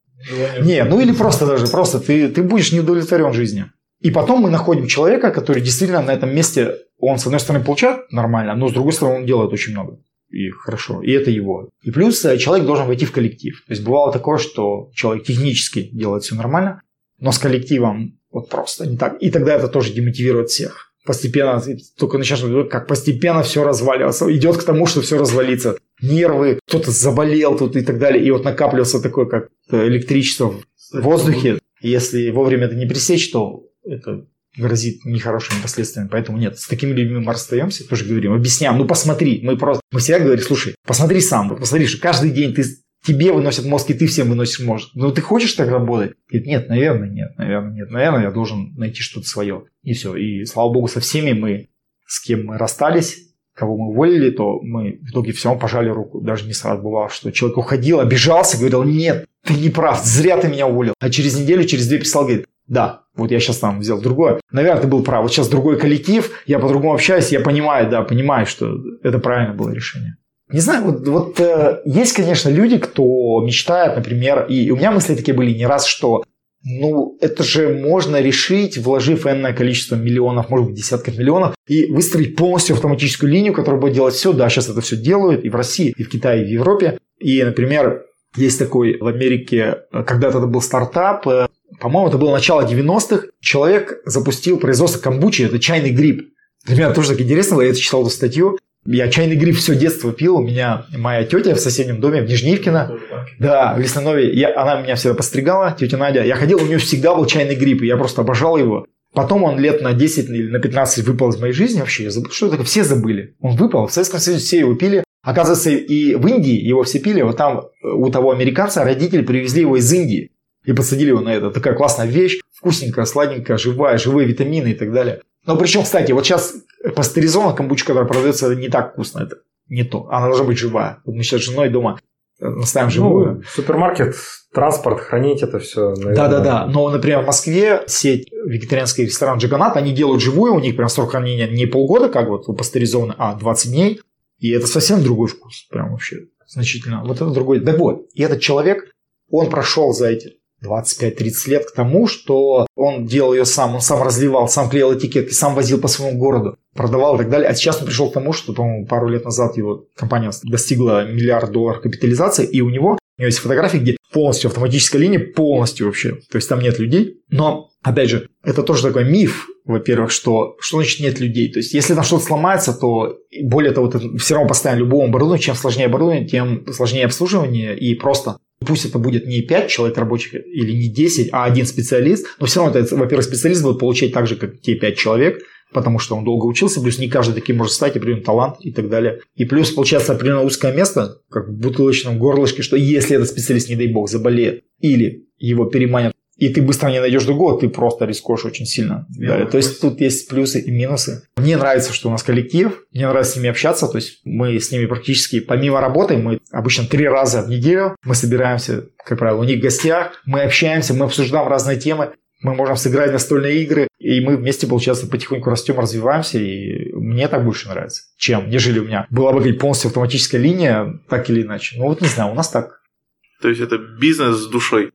Не, ну или просто ты будешь не удовлетворен жизнью. И потом мы находим человека, который действительно на этом месте, он с одной стороны получает нормально, но с другой стороны он делает очень много. И хорошо, и это его. И плюс человек должен войти в коллектив. То есть бывало такое, что человек технически делает все нормально, но с коллективом вот просто не так. И тогда это тоже демотивирует всех. Постепенно, только начинаешь, как постепенно все разваливается. Идет к тому, что все развалится. Нервы, кто-то заболел тут и так далее. И вот накапливается такое, как электричество в воздухе. И если вовремя это не пресечь, то это грозит нехорошими последствиями. Поэтому нет, с такими людьми мы расстаемся, тоже говорим, объясняем, ну посмотри. Мы всегда говорим, слушай, посмотри сам. Посмотри, что каждый день тебе выносят мозг, и ты всем выносишь мозг. Ну, ты хочешь так работать? Говорит, нет, наверное, нет. Наверное, я должен найти что-то свое. И все. И, слава богу, со всеми мы, с кем мы расстались, кого мы уволили, то мы в итоге все равно пожали руку. Даже не сразу бывало, что человек уходил, обижался, говорил, нет, ты не прав, зря ты меня уволил. А через неделю, через 2 писал, говорит, да, вот я сейчас там взял другое. Наверное, ты был прав. Вот сейчас другой коллектив, я по-другому общаюсь, я понимаю, что это правильное было решение. Не знаю, вот есть, конечно, люди, кто мечтает, например, и у меня мысли такие были не раз, что ну, это же можно решить, вложив энное количество миллионов, может быть, десятков миллионов, и выстроить полностью автоматическую линию, которая будет делать все. Да, сейчас это все делают и в России, и в Китае, и в Европе. И, например, есть такой в Америке, когда-то это был стартап, по-моему, это было начало 90-х, человек запустил производство камбучи, это чайный гриб. Для меня тоже так интересно, я читал эту статью. Я чайный гриб все детство пил. У меня моя тетя в соседнем доме в Нижнеивкино. Да, в Леснонове. Она меня всегда постригала, тетя Надя. Я ходил, у нее всегда был чайный гриб, и я просто обожал его. Потом он лет на 10 или на 15 выпал из моей жизни вообще. Я забыл, что это такое, все забыли. Он выпал, в Советском Союзе все его пили. Оказывается, и в Индии его все пили. Вот там у того американца родители привезли его из Индии и подсадили его на это. Такая классная вещь, вкусненькая, сладенькая, живые витамины и так далее. Но причем, кстати, вот сейчас пастеризованная камбуча, которая продается, это не так вкусно, это не то. Она должна быть живая. Вот мы сейчас с женой дома ставим живую. Супермаркет, транспорт, хранить это все. Да. Но, например, в Москве сеть вегетарианский ресторан Джаганат, они делают живую, у них прям срок хранения не полгода, как вот у пастеризованной, а 20 дней. И это совсем другой вкус. Прям вообще значительно. Вот это другой. Так вот, и этот человек, он прошел за эти 25-30 лет к тому, что он делал ее сам, он сам разливал, сам клеил этикетки, сам возил по своему городу, продавал и так далее. А сейчас он пришел к тому, что, по-моему, пару лет назад его компания достигла $1 миллиард капитализации, и у него есть фотографии, где полностью автоматическая линия, полностью вообще. То есть там нет людей. Но, опять же, это тоже такой миф, во-первых, что значит нет людей. То есть если там что-то сломается, то более того, ты все равно поставим любому оборудованию. Чем сложнее оборудование, тем сложнее обслуживание. И просто пусть это будет не 5 человек рабочих или не 10, а 1 специалист. Но все равно, это, во-первых, специалист будет получать так же, как те 5 человек, потому что он долго учился, плюс не каждый таким может стать, определенный талант и так далее. И плюс получается определенное узкое место, как в бутылочном горлышке, что если этот специалист, не дай бог, заболеет или его переманят, и ты быстро не найдешь другого, ты просто рискуешь очень сильно. Да, то есть тут есть плюсы и минусы. Мне нравится, что у нас коллектив, мне нравится с ними общаться, то есть мы с ними практически помимо работы, мы обычно 3 раза в неделю, мы собираемся, как правило, у них в гостях, мы общаемся, мы обсуждаем разные темы, мы можем сыграть настольные игры, и мы вместе, получается, потихоньку растем, развиваемся, и мне так больше нравится, чем нежели у меня была бы полностью автоматическая линия, так или иначе. Ну вот не знаю, у нас так. То есть это бизнес с душой.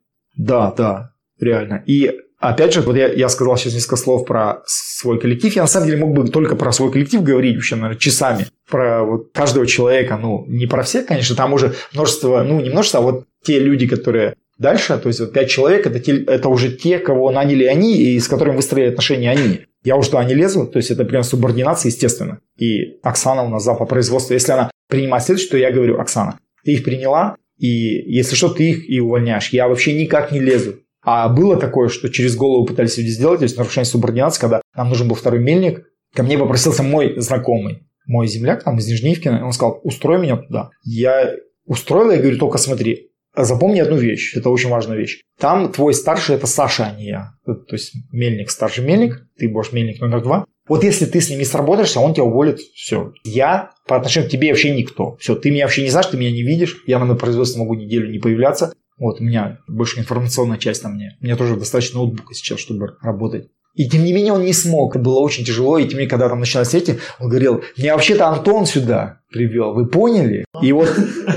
Да. Реально. И опять же, вот я сказал сейчас несколько слов про свой коллектив. Я на самом деле мог бы только про свой коллектив говорить вообще, наверное, часами. Про вот каждого человека. Ну, не про всех, конечно. Там уже множество, ну, не множество, а вот те люди, которые дальше. То есть, вот 5 человек, это уже те, кого наняли они и с которыми выстроили отношения они. Я уже туда не лезу. То есть, это прям субординация, естественно. И Оксана у нас зав. По производству. Если она принимает следующее, то я говорю: Оксана, ты их приняла, и если что, ты их и увольняешь. Я вообще никак не лезу. А было такое, что через голову пытались люди сделать, то есть нарушение субординации, когда нам нужен был второй мельник. Ко мне попросился мой знакомый, мой земляк там из Нижнеивкина, он сказал, устрой меня туда. Я устроил, я говорю, только смотри, запомни одну вещь, это очень важная вещь. Там твой старший – это Саша, а не я. То есть мельник, старший мельник, ты будешь мельник номер 2. Вот если ты с ним не сработаешься, он тебя уволит, все. Я по отношению к тебе вообще никто. Все, ты меня вообще не знаешь, ты меня не видишь, я на производстве могу неделю не появляться. Вот у меня больше информационная часть на мне. Мне тоже достаточно ноутбука сейчас, чтобы работать. И тем не менее он не смог. Это было очень тяжело. И тем не менее, когда там началось эти, он говорил, меня вообще-то Антон сюда привел. Вы поняли? И вот,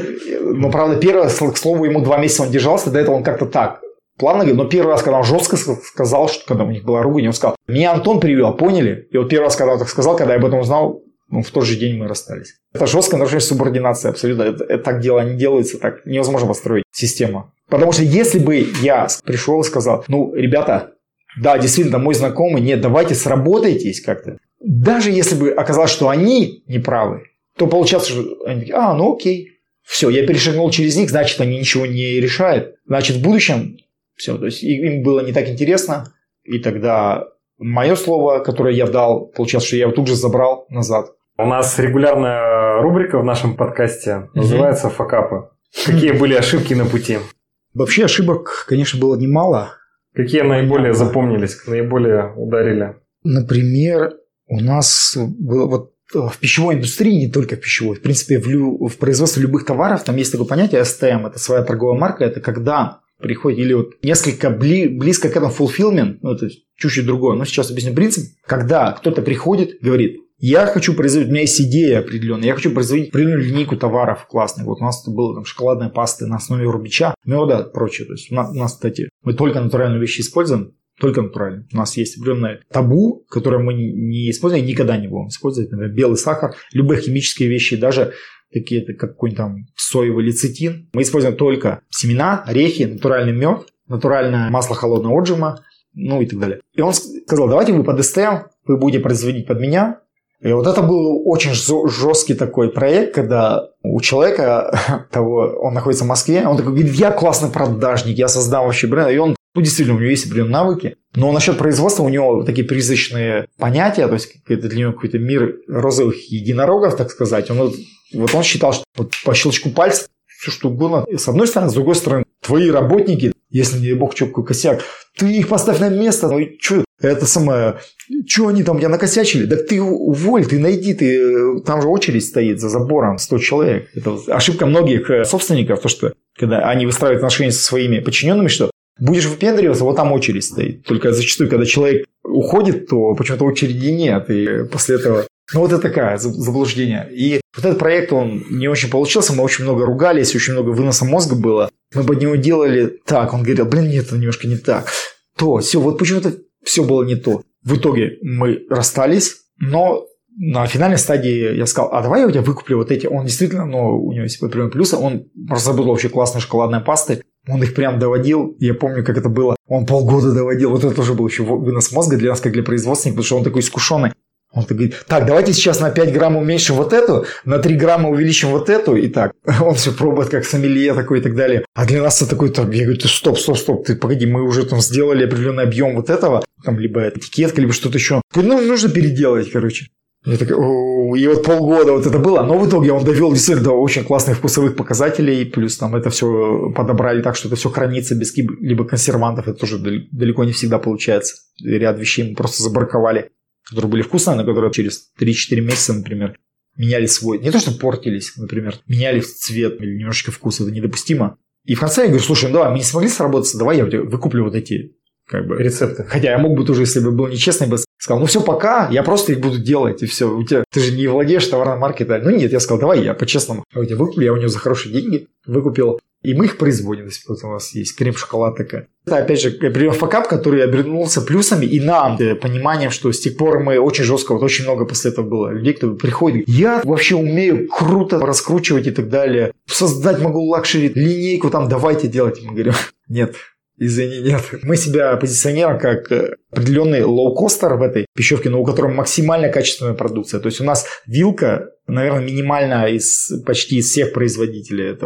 ну, правда, первый раз, к слову, ему 2 месяца он держался. До этого он как-то так плавно говорил. Но первый раз, когда он жестко сказал, что когда у них была ругань, он сказал, меня Антон привел, поняли? И вот первый раз, когда он так сказал, когда я об этом узнал, ну, в тот же день мы расстались. Это жесткое нарушение субординации, абсолютно. Это так дело не делается, так невозможно построить систему. Потому что если бы я пришел и сказал, ну, ребята, да, действительно, мой знакомый, нет, давайте сработайтесь как-то. Даже если бы оказалось, что они неправы, то получается, что они такие, ну окей, все, я перешагнул через них, значит, они ничего не решают. Значит, в будущем все, то есть им было не так интересно, и тогда мое слово, которое я дал, получалось, что я его тут же забрал назад. У нас регулярная рубрика в нашем подкасте называется «Факапы». Какие были ошибки на пути? Вообще ошибок, конечно, было немало. Какие наиболее запомнились, наиболее ударили? Например, у нас было вот в пищевой индустрии, не только в пищевой, в принципе, в производстве любых товаров, там есть такое понятие STM, это своя торговая марка, это когда приходит, или вот несколько близко к этому fulfillment, ну, это чуть-чуть другое, но сейчас объясню принцип, когда кто-то приходит, говорит, я хочу производить, у меня есть идея определенная, я хочу производить определенную линейку товаров классных. Вот у нас было там шоколадная паста на основе урбича, меда и прочее. То есть у нас, кстати, мы только натуральные вещи используем, только натуральные. У нас есть определенное табу, которое мы не используем, никогда не будем использовать. Например, белый сахар, любые химические вещи, даже такие как какой-нибудь там соевый лецитин. Мы используем только семена, орехи, натуральный мед, натуральное масло холодного отжима, ну и так далее. И он сказал, давайте вы под СТМ, вы будете производить под меня. И вот это был очень жесткий такой проект, когда у человека, он находится в Москве, он такой говорит, я классный продажник, я создам вообще бренд. И он, действительно, у него есть определенные навыки. Но насчет производства у него такие призрачные понятия, то есть это для него какой-то мир розовых единорогов, так сказать. Он считал, что вот по щелчку пальца все что угодно. С одной стороны, с другой стороны, твои работники, если, не дай бог, что какой косяк, ты их поставь на место, ну и что? Это самое, что они там, я накосячили? Да ты уволь, ты найди, там же очередь стоит за забором, 100 человек. Это ошибка многих собственников, то, что когда они выстраивают отношения со своими подчиненными, что будешь выпендриваться, вот там очередь стоит. Только зачастую, когда человек уходит, то почему-то очереди нет, и после этого... Ну, вот это такое заблуждение. И вот этот проект, он не очень получился, мы очень много ругались, очень много выноса мозга было. Мы под него делали так, он говорил, нет, это немножко не так. То, все, вот почему-то все было не то. В итоге мы расстались, но на финальной стадии я сказал, давай я у тебя выкуплю вот эти. Он действительно, у него есть определенные плюсы, он разработал вообще классные шоколадные пасты, он их прям доводил, я помню, как это было, он полгода доводил, вот это тоже был еще вынос мозга для нас, как для производственника, потому что он такой искушенный. Он так говорит, так, давайте сейчас на 5 грамм уменьшим вот эту, на 3 грамма увеличим вот эту, и так. Он все пробует, как сомелье такой и так далее. А для нас это такой, я говорю, стоп, ты погоди, мы уже там сделали определенный объем вот этого, там либо этикетка, либо что-то еще. Нужно переделать, короче. Я такой, и вот полгода вот это было, но в итоге он довел действительно до очень классных вкусовых показателей, плюс там это все подобрали так, что это все хранится без либо консервантов, это тоже далеко не всегда получается. Ряд вещей мы просто забраковали, которые были вкусные, но которые через 3-4 месяца, например, меняли свой... Не то, что портились, например, меняли цвет или немножечко вкус. Это недопустимо. И в конце я говорю, слушай, давай, мы не смогли сработаться, давай я выкуплю вот эти рецепты. Хотя я мог бы тоже, если бы был нечестный, бы сказал, все, пока, я просто их буду делать, и все. Ты же не владеешь товарным маркетом. Нет, я сказал, давай, я по-честному я выкуплю, я у него за хорошие деньги выкупил. И мы их производим. То есть, вот у нас есть крем-шоколад такая. Это, опять же, пример факап, который обернулся плюсами и нам, пониманием, что с тех пор мы очень жестко, вот очень много после этого было людей, кто приходит, я вообще умею круто раскручивать и так далее, создать могу лакшери, линейку там, давайте делать. Мы говорим, нет. Извини, нет. Мы себя позиционируем как определенный лоукостер в этой пищевке, но у которого максимально качественная продукция. То есть у нас вилка, наверное, минимальная почти из всех производителей этого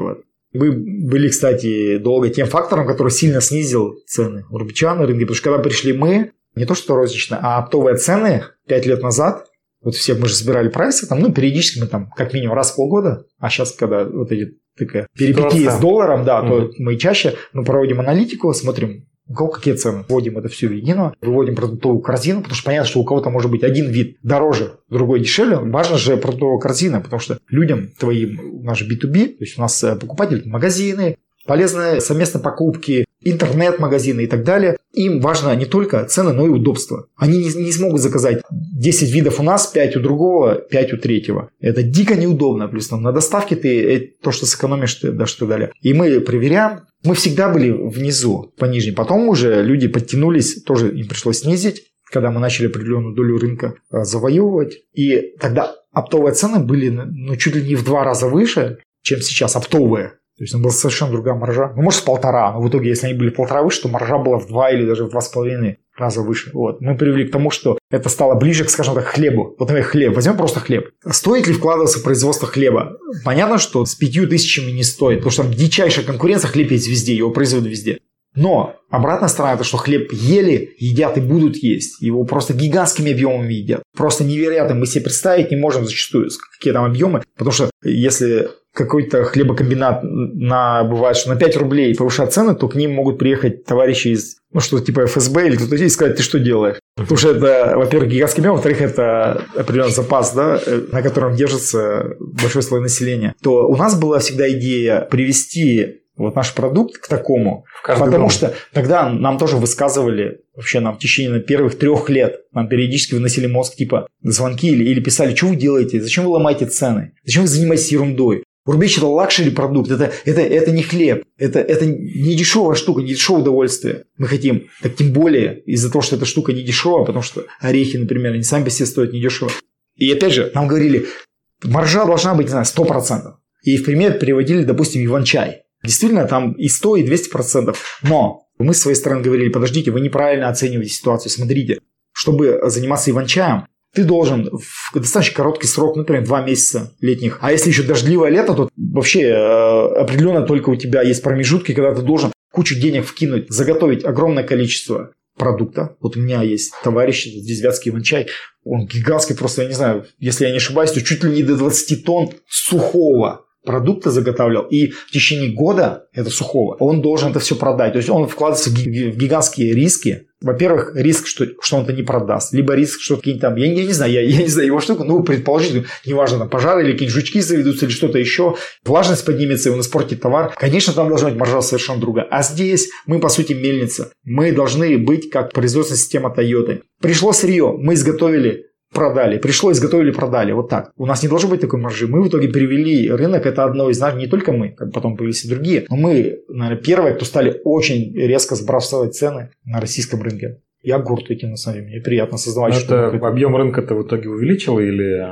Мы были, кстати, долго тем фактором, который сильно снизил цены Урбича на рынке, потому что когда пришли мы, не то что рознично, а оптовые цены 5 лет назад, вот все мы же собирали прайсы, там, периодически мы там как минимум раз в полгода, а сейчас, когда вот эти такая перипетия с долларом, да, то мы чаще проводим аналитику, смотрим, у кого какие цены, вводим это все в едино, выводим продуктовую корзину, потому что понятно, что у кого-то может быть один вид дороже, другой дешевле. Важно же продуктовая корзина, потому что людям твоим, у нас же B2B, то есть у нас покупатели, магазины, полезные совместные покупки, интернет-магазины и так далее. Им важно не только цены, но и удобство. Они не смогут заказать 10 видов у нас, 5 у другого, 5 у третьего. Это дико неудобно. Плюс там на доставке ты то, что сэкономишь, ты дашь и так далее. И мы проверяем. Мы всегда были внизу, по нижней. Потом уже люди подтянулись, тоже им пришлось снизить, когда мы начали определенную долю рынка завоевывать. И тогда оптовые цены были чуть ли не в 2 раза выше, чем сейчас оптовые. То есть, была совершенно другая маржа. Может, в 1,5. Но в итоге, если они были в 1,5 выше, то маржа была в 2 или даже в 2,5 раза выше. Вот. Мы привели к тому, что это стало ближе к, скажем так, хлебу. Вот, например, хлеб. Возьмем просто хлеб. Стоит ли вкладываться в производство хлеба? Понятно, что с 5000 не стоит, потому что там дичайшая конкуренция, хлеб есть везде, его производят везде. Но обратная сторона – это что хлеб едят и будут есть. Его просто гигантскими объемами едят. Просто невероятно. Мы себе представить не можем зачастую, какие там объемы. Потому что если какой-то хлебокомбинат бывает, что на 5 рублей повышают цены, то к ним могут приехать товарищи из, что-то типа ФСБ или кто-то и сказать, ты что делаешь? Потому что это, во-первых, гигантский объем, во-вторых, это определенный запас, да, на котором держится большой слой населения. То у нас была всегда идея привести наш продукт к такому, потому что тогда нам тоже высказывали, вообще нам в течение первых 3 лет нам периодически выносили мозг, типа звонки или писали, что вы делаете, зачем вы ломаете цены, зачем вы занимаетесь ерундой. Урбич – это лакшери продукт, это не хлеб, это не дешевая штука, не дешевое удовольствие. Мы хотим, так тем более из-за того, что эта штука не дешевая, потому что орехи, например, они сами по себе стоят недешево. И опять же, нам говорили, маржа должна быть, не знаю, 100%. И в пример приводили, допустим, иван-чай. Действительно, там и 100, и 200%. Но мы с своей стороны говорили, подождите, вы неправильно оцениваете ситуацию. Смотрите, чтобы заниматься иван-чаем, ты должен в достаточно короткий срок, например, 2 месяца летних. А если еще дождливое лето, то вообще определенно только у тебя есть промежутки, когда ты должен кучу денег вкинуть, заготовить огромное количество продукта. Вот у меня есть товарищ, здесь вятский иван-чай. Он гигантский, просто, я не знаю, если я не ошибаюсь, то чуть ли не до 20 тонн сухого продукта заготавливал, и в течение года, это сухого, он должен это все продать. То есть он вкладывается в гигантские риски. Во-первых, риск, что он это не продаст, либо риск, что какие-нибудь там, я не знаю его штуку, предположительно, неважно, там пожары или какие-нибудь жучки заведутся или что-то еще, влажность поднимется, и он испортит товар. Конечно, там должна быть маржа совершенно другая. А здесь мы, по сути, мельница. Мы должны быть как производственная система Toyota. Пришло сырье, мы изготовили, продали. Пришло, изготовили, продали. Вот так. У нас не должно быть такой маржи. Мы в итоге перевели рынок. Это одно из нас. Не только мы, как потом появились и другие. Но мы, наверное, первые, кто стали очень резко сбрасывать цены на российском рынке. Я горд этим, на самом деле. Мне приятно создавать что-то. Это объем рынка-то в итоге увеличило или...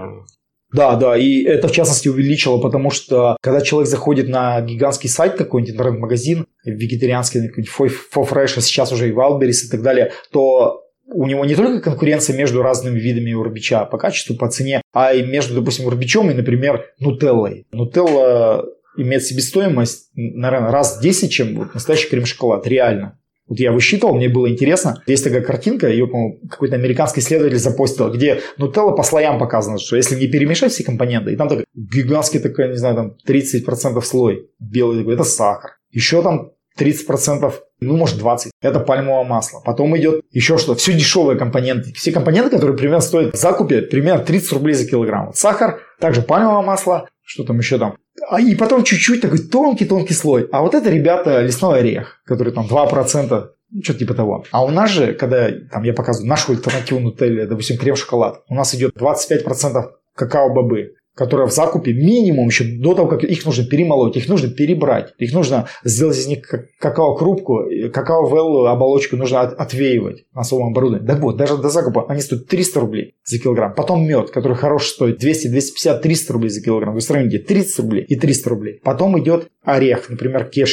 Да, и это в частности увеличило, потому что когда человек заходит на гигантский сайт какой-нибудь, интернет-магазин, вегетарианский, FoFresh, а сейчас уже и Wildberries и так далее, то у него не только конкуренция между разными видами урбича по качеству, по цене, а и между, допустим, урбичом и, например, нутеллой. Нутелла имеет себестоимость, наверное, раз в 10, чем настоящий крем-шоколад. Реально. Вот я высчитывал, мне было интересно. Есть такая картинка, ее, по-моему, какой-то американский исследователь запостил, где нутелла по слоям показано, что если не перемешать все компоненты, и там такой гигантский такой, не знаю, там 30% слой белый такой, это сахар. Еще там 30%, может 20%. Это пальмовое масло. Потом идет еще что? Все дешевые компоненты. Все компоненты, которые примерно стоят в закупе, примерно 30 рублей за килограмм. Сахар, также пальмовое масло, что там еще там. И потом чуть-чуть такой тонкий-тонкий слой. А вот это, ребята, лесной орех, который там 2%, что-то типа того. А у нас же, когда там я показываю нашу альтернативу нутелле, допустим, крем-шоколад, у нас идет 25% какао-бобы, которые в закупе минимум еще до того, как их нужно перемолоть, их нужно перебрать, их нужно сделать из них какао-крупку, какао-веллу, оболочку нужно отвеивать на особом оборудовании. Так вот, даже до закупа они стоят 300 рублей за килограмм. Потом мед, который хороший, стоит 200, 250, 300 рублей за килограмм. Вы сравните 30 рублей и 300 рублей. Потом идет орех, например, кешью.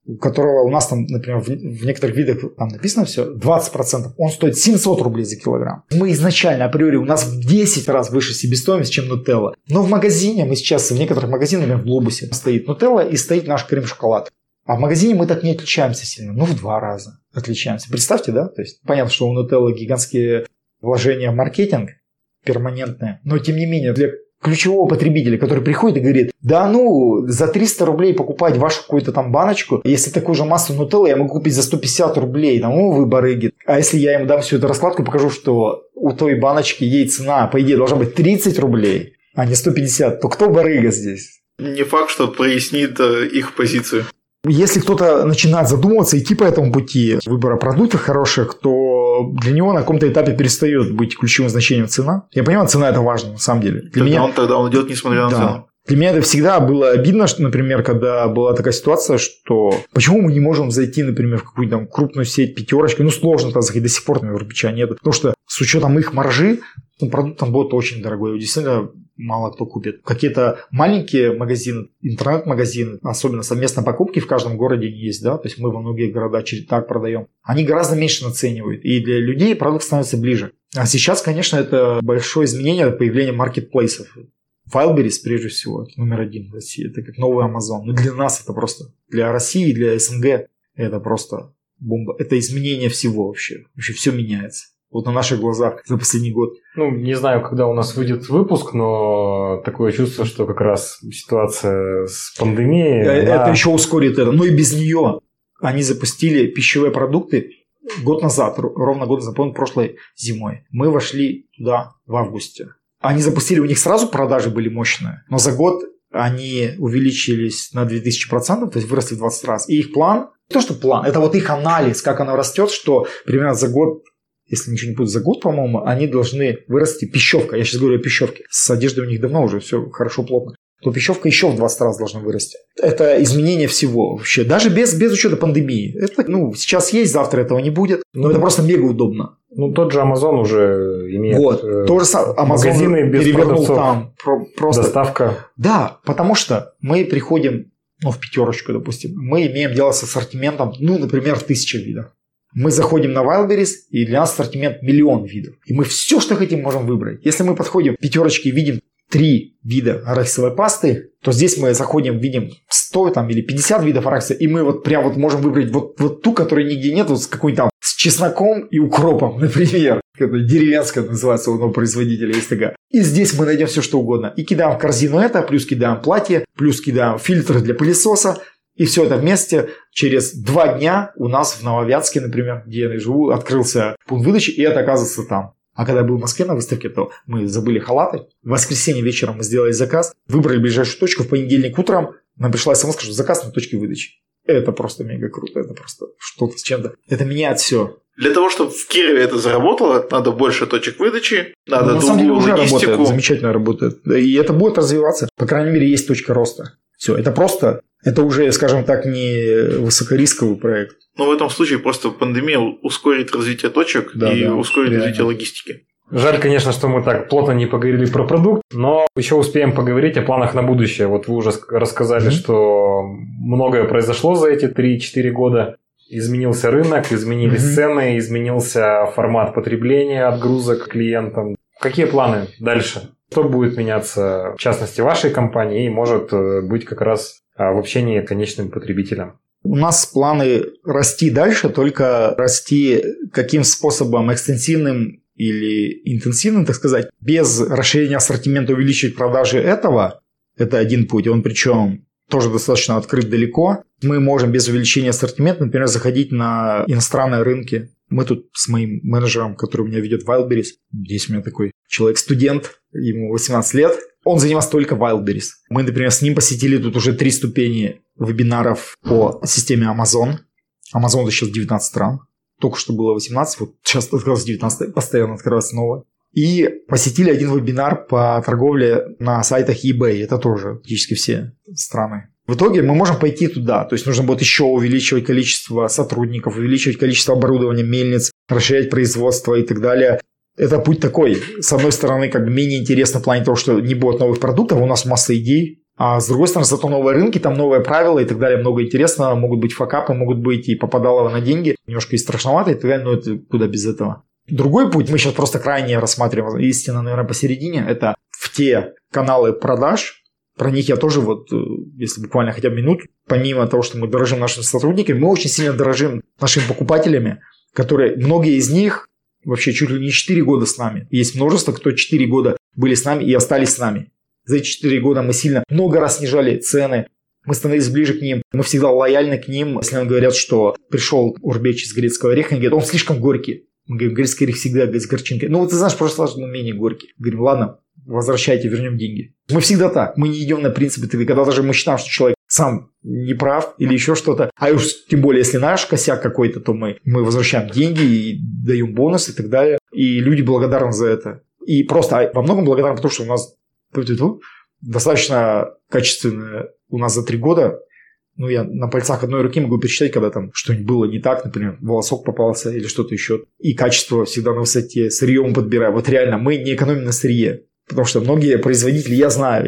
у которого у нас там, например, в некоторых видах там написано все, 20%, он стоит 700 рублей за килограмм. Мы изначально, априори, у нас в 10 раз выше себестоимость, чем Нутелла. Но в магазине, мы сейчас в некоторых магазинах, например, в Глобусе, стоит Нутелла и стоит наш крем-шоколад. А в магазине мы так не отличаемся сильно. Ну, в 2 раза отличаемся. Представьте, да? То есть, понятно, что у Нутеллы гигантские вложения в маркетинг перманентные. Но, тем не менее, для ключевого потребителя, который приходит и говорит, да ну, за 300 рублей покупать вашу какую-то там баночку, если такую же массу Нутеллы я могу купить за 150 рублей, там, вы барыги. А если я ему дам всю эту раскладку и покажу, что у той баночки ей цена, по идее, должна быть 30 рублей, а не 150, то кто барыга здесь? Не факт, что прояснит их позицию. Если кто-то начинает задумываться, идти по этому пути выбора продуктов хороших, то для него на каком-то этапе перестает быть ключевым значением цена. Я понимаю, цена это важно, на самом деле. Тогда он идет, несмотря на цену. Для меня это всегда было обидно, что, например, когда была такая ситуация, что почему мы не можем зайти, например, в какую-то там крупную сеть пятерочки, ну сложно там заходить, до сих пор, например, Урбича нет, потому что с учетом их маржи, продукт там будет очень дорогой, его действительно мало кто купит. Какие-то маленькие магазины, интернет-магазины, особенно совместные покупки в каждом городе есть, да, то есть мы во многие города так продаем, они гораздо меньше наценивают, и для людей продукт становится ближе. А сейчас, конечно, это большое изменение, это появление маркетплейсов. Wildberries, прежде всего, это номер 1 в России. Это как новый Amazon. Но для нас это просто, для России, для СНГ, это просто бомба. Это изменение всего вообще. Вообще все меняется. Вот на наших глазах за последний год. Ну, не знаю, когда у нас выйдет выпуск, но такое чувство, что как раз ситуация с пандемией... Это еще ускорит это. Но и без нее они запустили пищевые продукты год назад, ровно год назад, помню, прошлой зимой. Мы вошли туда в августе. Они запустили, у них сразу продажи были мощные, но за год они увеличились на 2000%, то есть выросли в 20 раз. И их план, не то что план, это вот их анализ, как оно растет, что примерно за год, если ничего не будет, за год, по-моему, они должны вырасти пищевка. Я сейчас говорю о пищевке. С одеждой у них давно уже все хорошо, плотно. То пищевка еще в 20 раз должна вырасти. Это изменение всего вообще. Даже без учета пандемии. Это, сейчас есть, завтра этого не будет. Но это просто мега удобно. Ну, тот же Amazon уже имеет то же самое. Amazon магазины без перевернул продавцов, там просто. доставка. Да, потому что мы приходим, в пятерочку, допустим, мы имеем дело с ассортиментом, например, в 1000 видов. Мы заходим на Wildberries, и для нас ассортимент 1 000 000 видов. И мы все, что хотим, можем выбрать. Если мы подходим к пятерочке и видим 3 вида арахисовой пасты, то здесь мы заходим, видим 100 или 50 видов арахиса, и мы прям можем выбрать вот ту, которой нигде нет, с какой-нибудь там с чесноком и укропом, например. Это деревенская называется у одного производителя, есть такая. И здесь мы найдем все, что угодно. И кидаем в корзину это, плюс кидаем платье, плюс кидаем фильтры для пылесоса. И все это вместе через 2 дня у нас в Нововятске, например, где я живу, открылся пункт выдачи, и это оказывается там. А когда я был в Москве на выставке, то мы забыли халаты. В воскресенье вечером мы сделали заказ, выбрали ближайшую точку, в понедельник утром нам пришла смс, что заказ на точке выдачи. Это просто мега круто, это просто что-то с чем-то. Это меняет все. Для того, чтобы в Кирове это заработало, надо больше точек выдачи, надо на самом деле уже логистику. Работает, замечательно работает. И это будет развиваться. По крайней мере, есть точка роста. Все, это просто, это уже, скажем так, не высокорисковый проект. Но в этом случае просто пандемия ускорит развитие точек и ускорит развитие логистики. Жаль, конечно, что мы так плотно не поговорили про продукт, но еще успеем поговорить о планах на будущее. Вот вы уже рассказали, что многое произошло за эти 3-4 года. Изменился рынок, изменились цены, изменился формат потребления отгрузок клиентам. Какие планы дальше? Что будет меняться, в частности, в вашей компании и может быть как раз в общении с конечным потребителем? У нас планы расти дальше, только расти каким способом, экстенсивным или интенсивным, так сказать, без расширения ассортимента увеличить продажи этого. Это один путь, он причем тоже достаточно открыт далеко. Мы можем без увеличения ассортимента, например, заходить на иностранные рынки. Мы тут с моим менеджером, который у меня ведет Wildberries, здесь у меня такой человек-студент, ему 18 лет, он занимается только Wildberries. Мы, например, с ним посетили тут уже 3 ступени вебинаров по системе Amazon. Amazon это сейчас 19 стран. Только что было 18, вот сейчас открылось 19, постоянно открывается новое. И посетили один вебинар по торговле на сайтах eBay. Это тоже практически все страны. В итоге мы можем пойти туда. То есть нужно будет еще увеличивать количество сотрудников, увеличивать количество оборудования, мельниц, расширять производство и так далее. Это путь такой. С одной стороны, менее интересно в плане того, что не будет новых продуктов. У нас масса идей. А с другой стороны, зато новые рынки, там новые правила и так далее, много интересного, могут быть факапы, могут быть и попадалово на деньги, немножко и страшновато и так далее, но это куда без этого. Другой путь, мы сейчас просто крайне рассматриваем, истина, наверное, посередине, это в те каналы продаж, про них я тоже вот, если буквально хотя бы минуту, помимо того, что мы дорожим нашими сотрудниками, мы очень сильно дорожим нашими покупателями, которые, многие из них вообще чуть ли не 4 года с нами. Есть множество, кто 4 года были с нами и остались с нами. За эти 4 года мы сильно много раз снижали цены, мы становились ближе к ним, мы всегда лояльны к ним. Если нам говорят, что пришел урбеч из грецкого ореха, они говорят, он слишком горький. Мы говорим, грецкий орех всегда с горчинкой. Ну вот ты знаешь, просто менее горький. Говорим, ладно, возвращайте, вернем деньги. Мы всегда так, мы не идем на принципы, когда даже мы считаем, что человек сам не прав или еще что-то. А уж тем более, если наш косяк какой-то, то мы возвращаем деньги и даем бонус и так далее. И люди благодарны за это. И просто во многом благодарны, потому что у нас достаточно качественное у нас за 3 года. Ну, я на пальцах одной руки могу пересчитать, когда там что-нибудь было не так, например, волосок попался или что-то еще. И качество всегда на высоте, сырье мы подбираем. Вот реально, мы не экономим на сырье. Потому что многие производители, я знаю,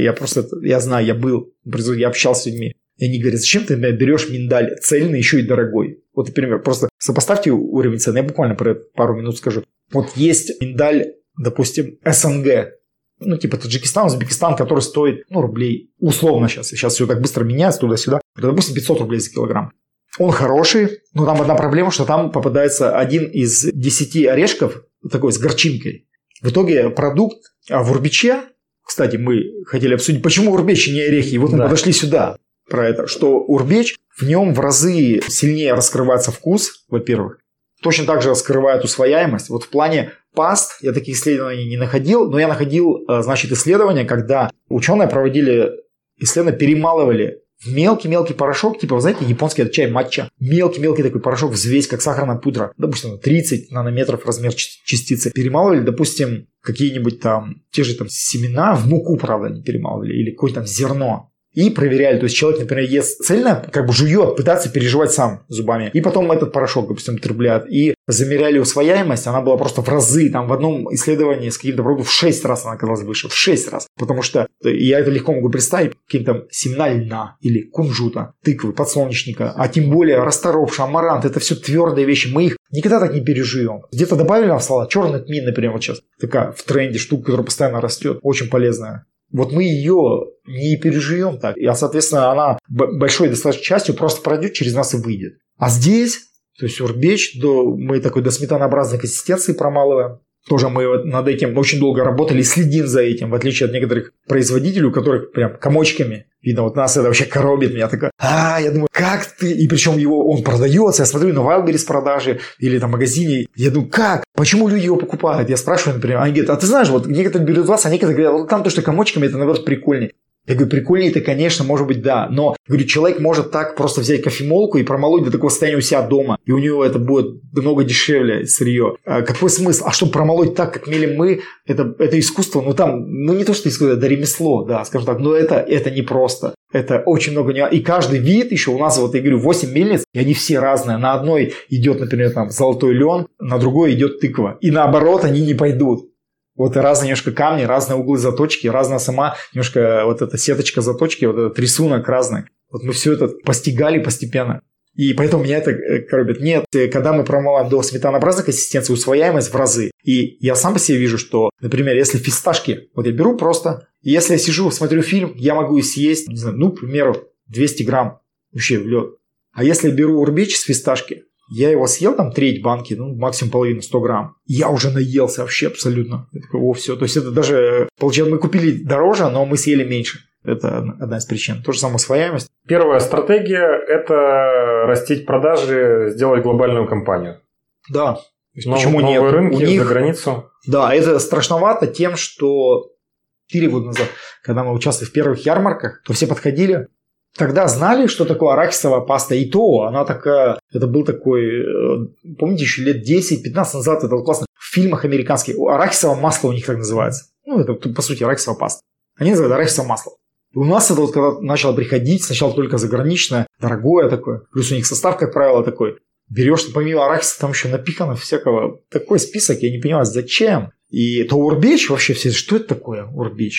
я был производителем, я общался с людьми. И они говорят, зачем ты берешь миндаль цельный, еще и дорогой? Вот, например, просто сопоставьте уровень цены. Я буквально про это пару минут скажу. Вот есть миндаль, допустим, СНГ. Ну, типа Таджикистан, Узбекистан, который стоит, рублей, условно сейчас. Сейчас все так быстро меняется туда-сюда. Это, допустим, 500 рублей за килограмм. Он хороший, но там одна проблема, что там попадается один из 10 орешков, такой с горчинкой. В итоге продукт в урбиче, кстати, мы хотели обсудить, почему урбеч и не орехи. И вот мы подошли сюда про это, что урбеч, в нем в разы сильнее раскрывается вкус, во-первых. Точно так же раскрывает усвояемость. Вот в плане паст я таких исследований не находил, но я находил, исследования, когда ученые проводили исследования, перемалывали в мелкий-мелкий порошок, типа, вы знаете, японский чай матча, мелкий-мелкий такой порошок, взвесь, как сахарная пудра, допустим, 30 нанометров размер частицы, перемалывали, допустим, какие-нибудь там, те же там семена, в муку, правда, не перемалывали, или какое-то там зерно. И проверяли, то есть человек, например, ест цельно, как бы жует, пытается переживать сам зубами. И потом этот порошок, допустим, употребляют. И замеряли усвояемость, она была просто в разы. Там в одном исследовании с каким-то продуктом в 6 раз она оказалась выше. В 6 раз. Потому что я это легко могу представить, какие-то семена льна или кунжута, тыквы, подсолнечника, а тем более расторопша, амарант. Это все твердые вещи. Мы их никогда так не пережуем. Где-то добавили в салат черный тмин, например, вот сейчас. Такая в тренде штука, которая постоянно растет. Очень полезная. Вот мы ее не переживем так. И, соответственно, она большой достаточно частью просто пройдет через нас и выйдет. А здесь, то есть урбеч, мы такой до сметанообразной консистенции промалываем. Тоже мы над этим очень долго работали и следим за этим, в отличие от некоторых производителей, у которых прям комочками. Видно, вот нас это вообще коробит. Меня такое, я думаю, как ты? И причем он продается, я смотрю на Wildberries продажи или на магазине. Я думаю, как? Почему люди его покупают? Я спрашиваю, например, они говорят, а ты знаешь, вот некоторые берут вас, а некоторые говорят, вот там то, что комочками, это, наоборот, прикольнее. Я говорю, прикольнее это, конечно, может быть, да. Но, говорю, человек может так просто взять кофемолку и промолоть до такого состояния у себя дома. И у него это будет намного дешевле сырье. Какой смысл? А чтобы промолоть так, как мелим мы, это искусство. Ну, там, не то, что искусство, это ремесло, да, скажем так. Но это непросто. Это очень много нюансов. И каждый вид еще у нас, вот я говорю, 8 мельниц, и они все разные. На одной идет, например, там золотой лен, на другой идет тыква. И наоборот, они не пойдут. Вот разные немножко камни, разные углы заточки, разная сама немножко вот эта сеточка заточки, вот этот рисунок разный. Вот мы все это постигали постепенно. И поэтому меня это коробит. Нет, когда мы промываем до сметанообразной консистенции, усвояемость в разы. И я сам по себе вижу, что, например, если фисташки, вот я беру просто, и если я сижу, смотрю фильм, я могу и съесть, не знаю, к примеру, 200 грамм вообще в лед. А если я беру урбеч с фисташки, я его съел, там треть банки, максимум половину, 100 грамм. Я уже наелся вообще абсолютно. Я такой, все. То есть это даже, получается, мы купили дороже, но мы съели меньше. Это одна из причин. То же самое усвояемость. Первая стратегия – это растить продажи, сделать глобальную компанию. Да. Почему новые нет? Рынки, у них, за границу. Да, это страшновато тем, что 4 года назад, когда мы участвовали в первых ярмарках, то все подходили. Тогда знали, что такое арахисовая паста, и то она такая, это был такой, помните, еще лет 10-15 назад, это классно, в фильмах американских, арахисовое масло у них так называется. Это по сути арахисовая паста. Они называют арахисовое масло. И у нас это вот когда начало приходить, сначала только заграничное, дорогое такое, плюс у них состав, как правило, такой. Берешь, помимо арахиса, там еще напихано всякого, такой список, я не понимаю, зачем. И то урбеч вообще все, что это такое урбеч?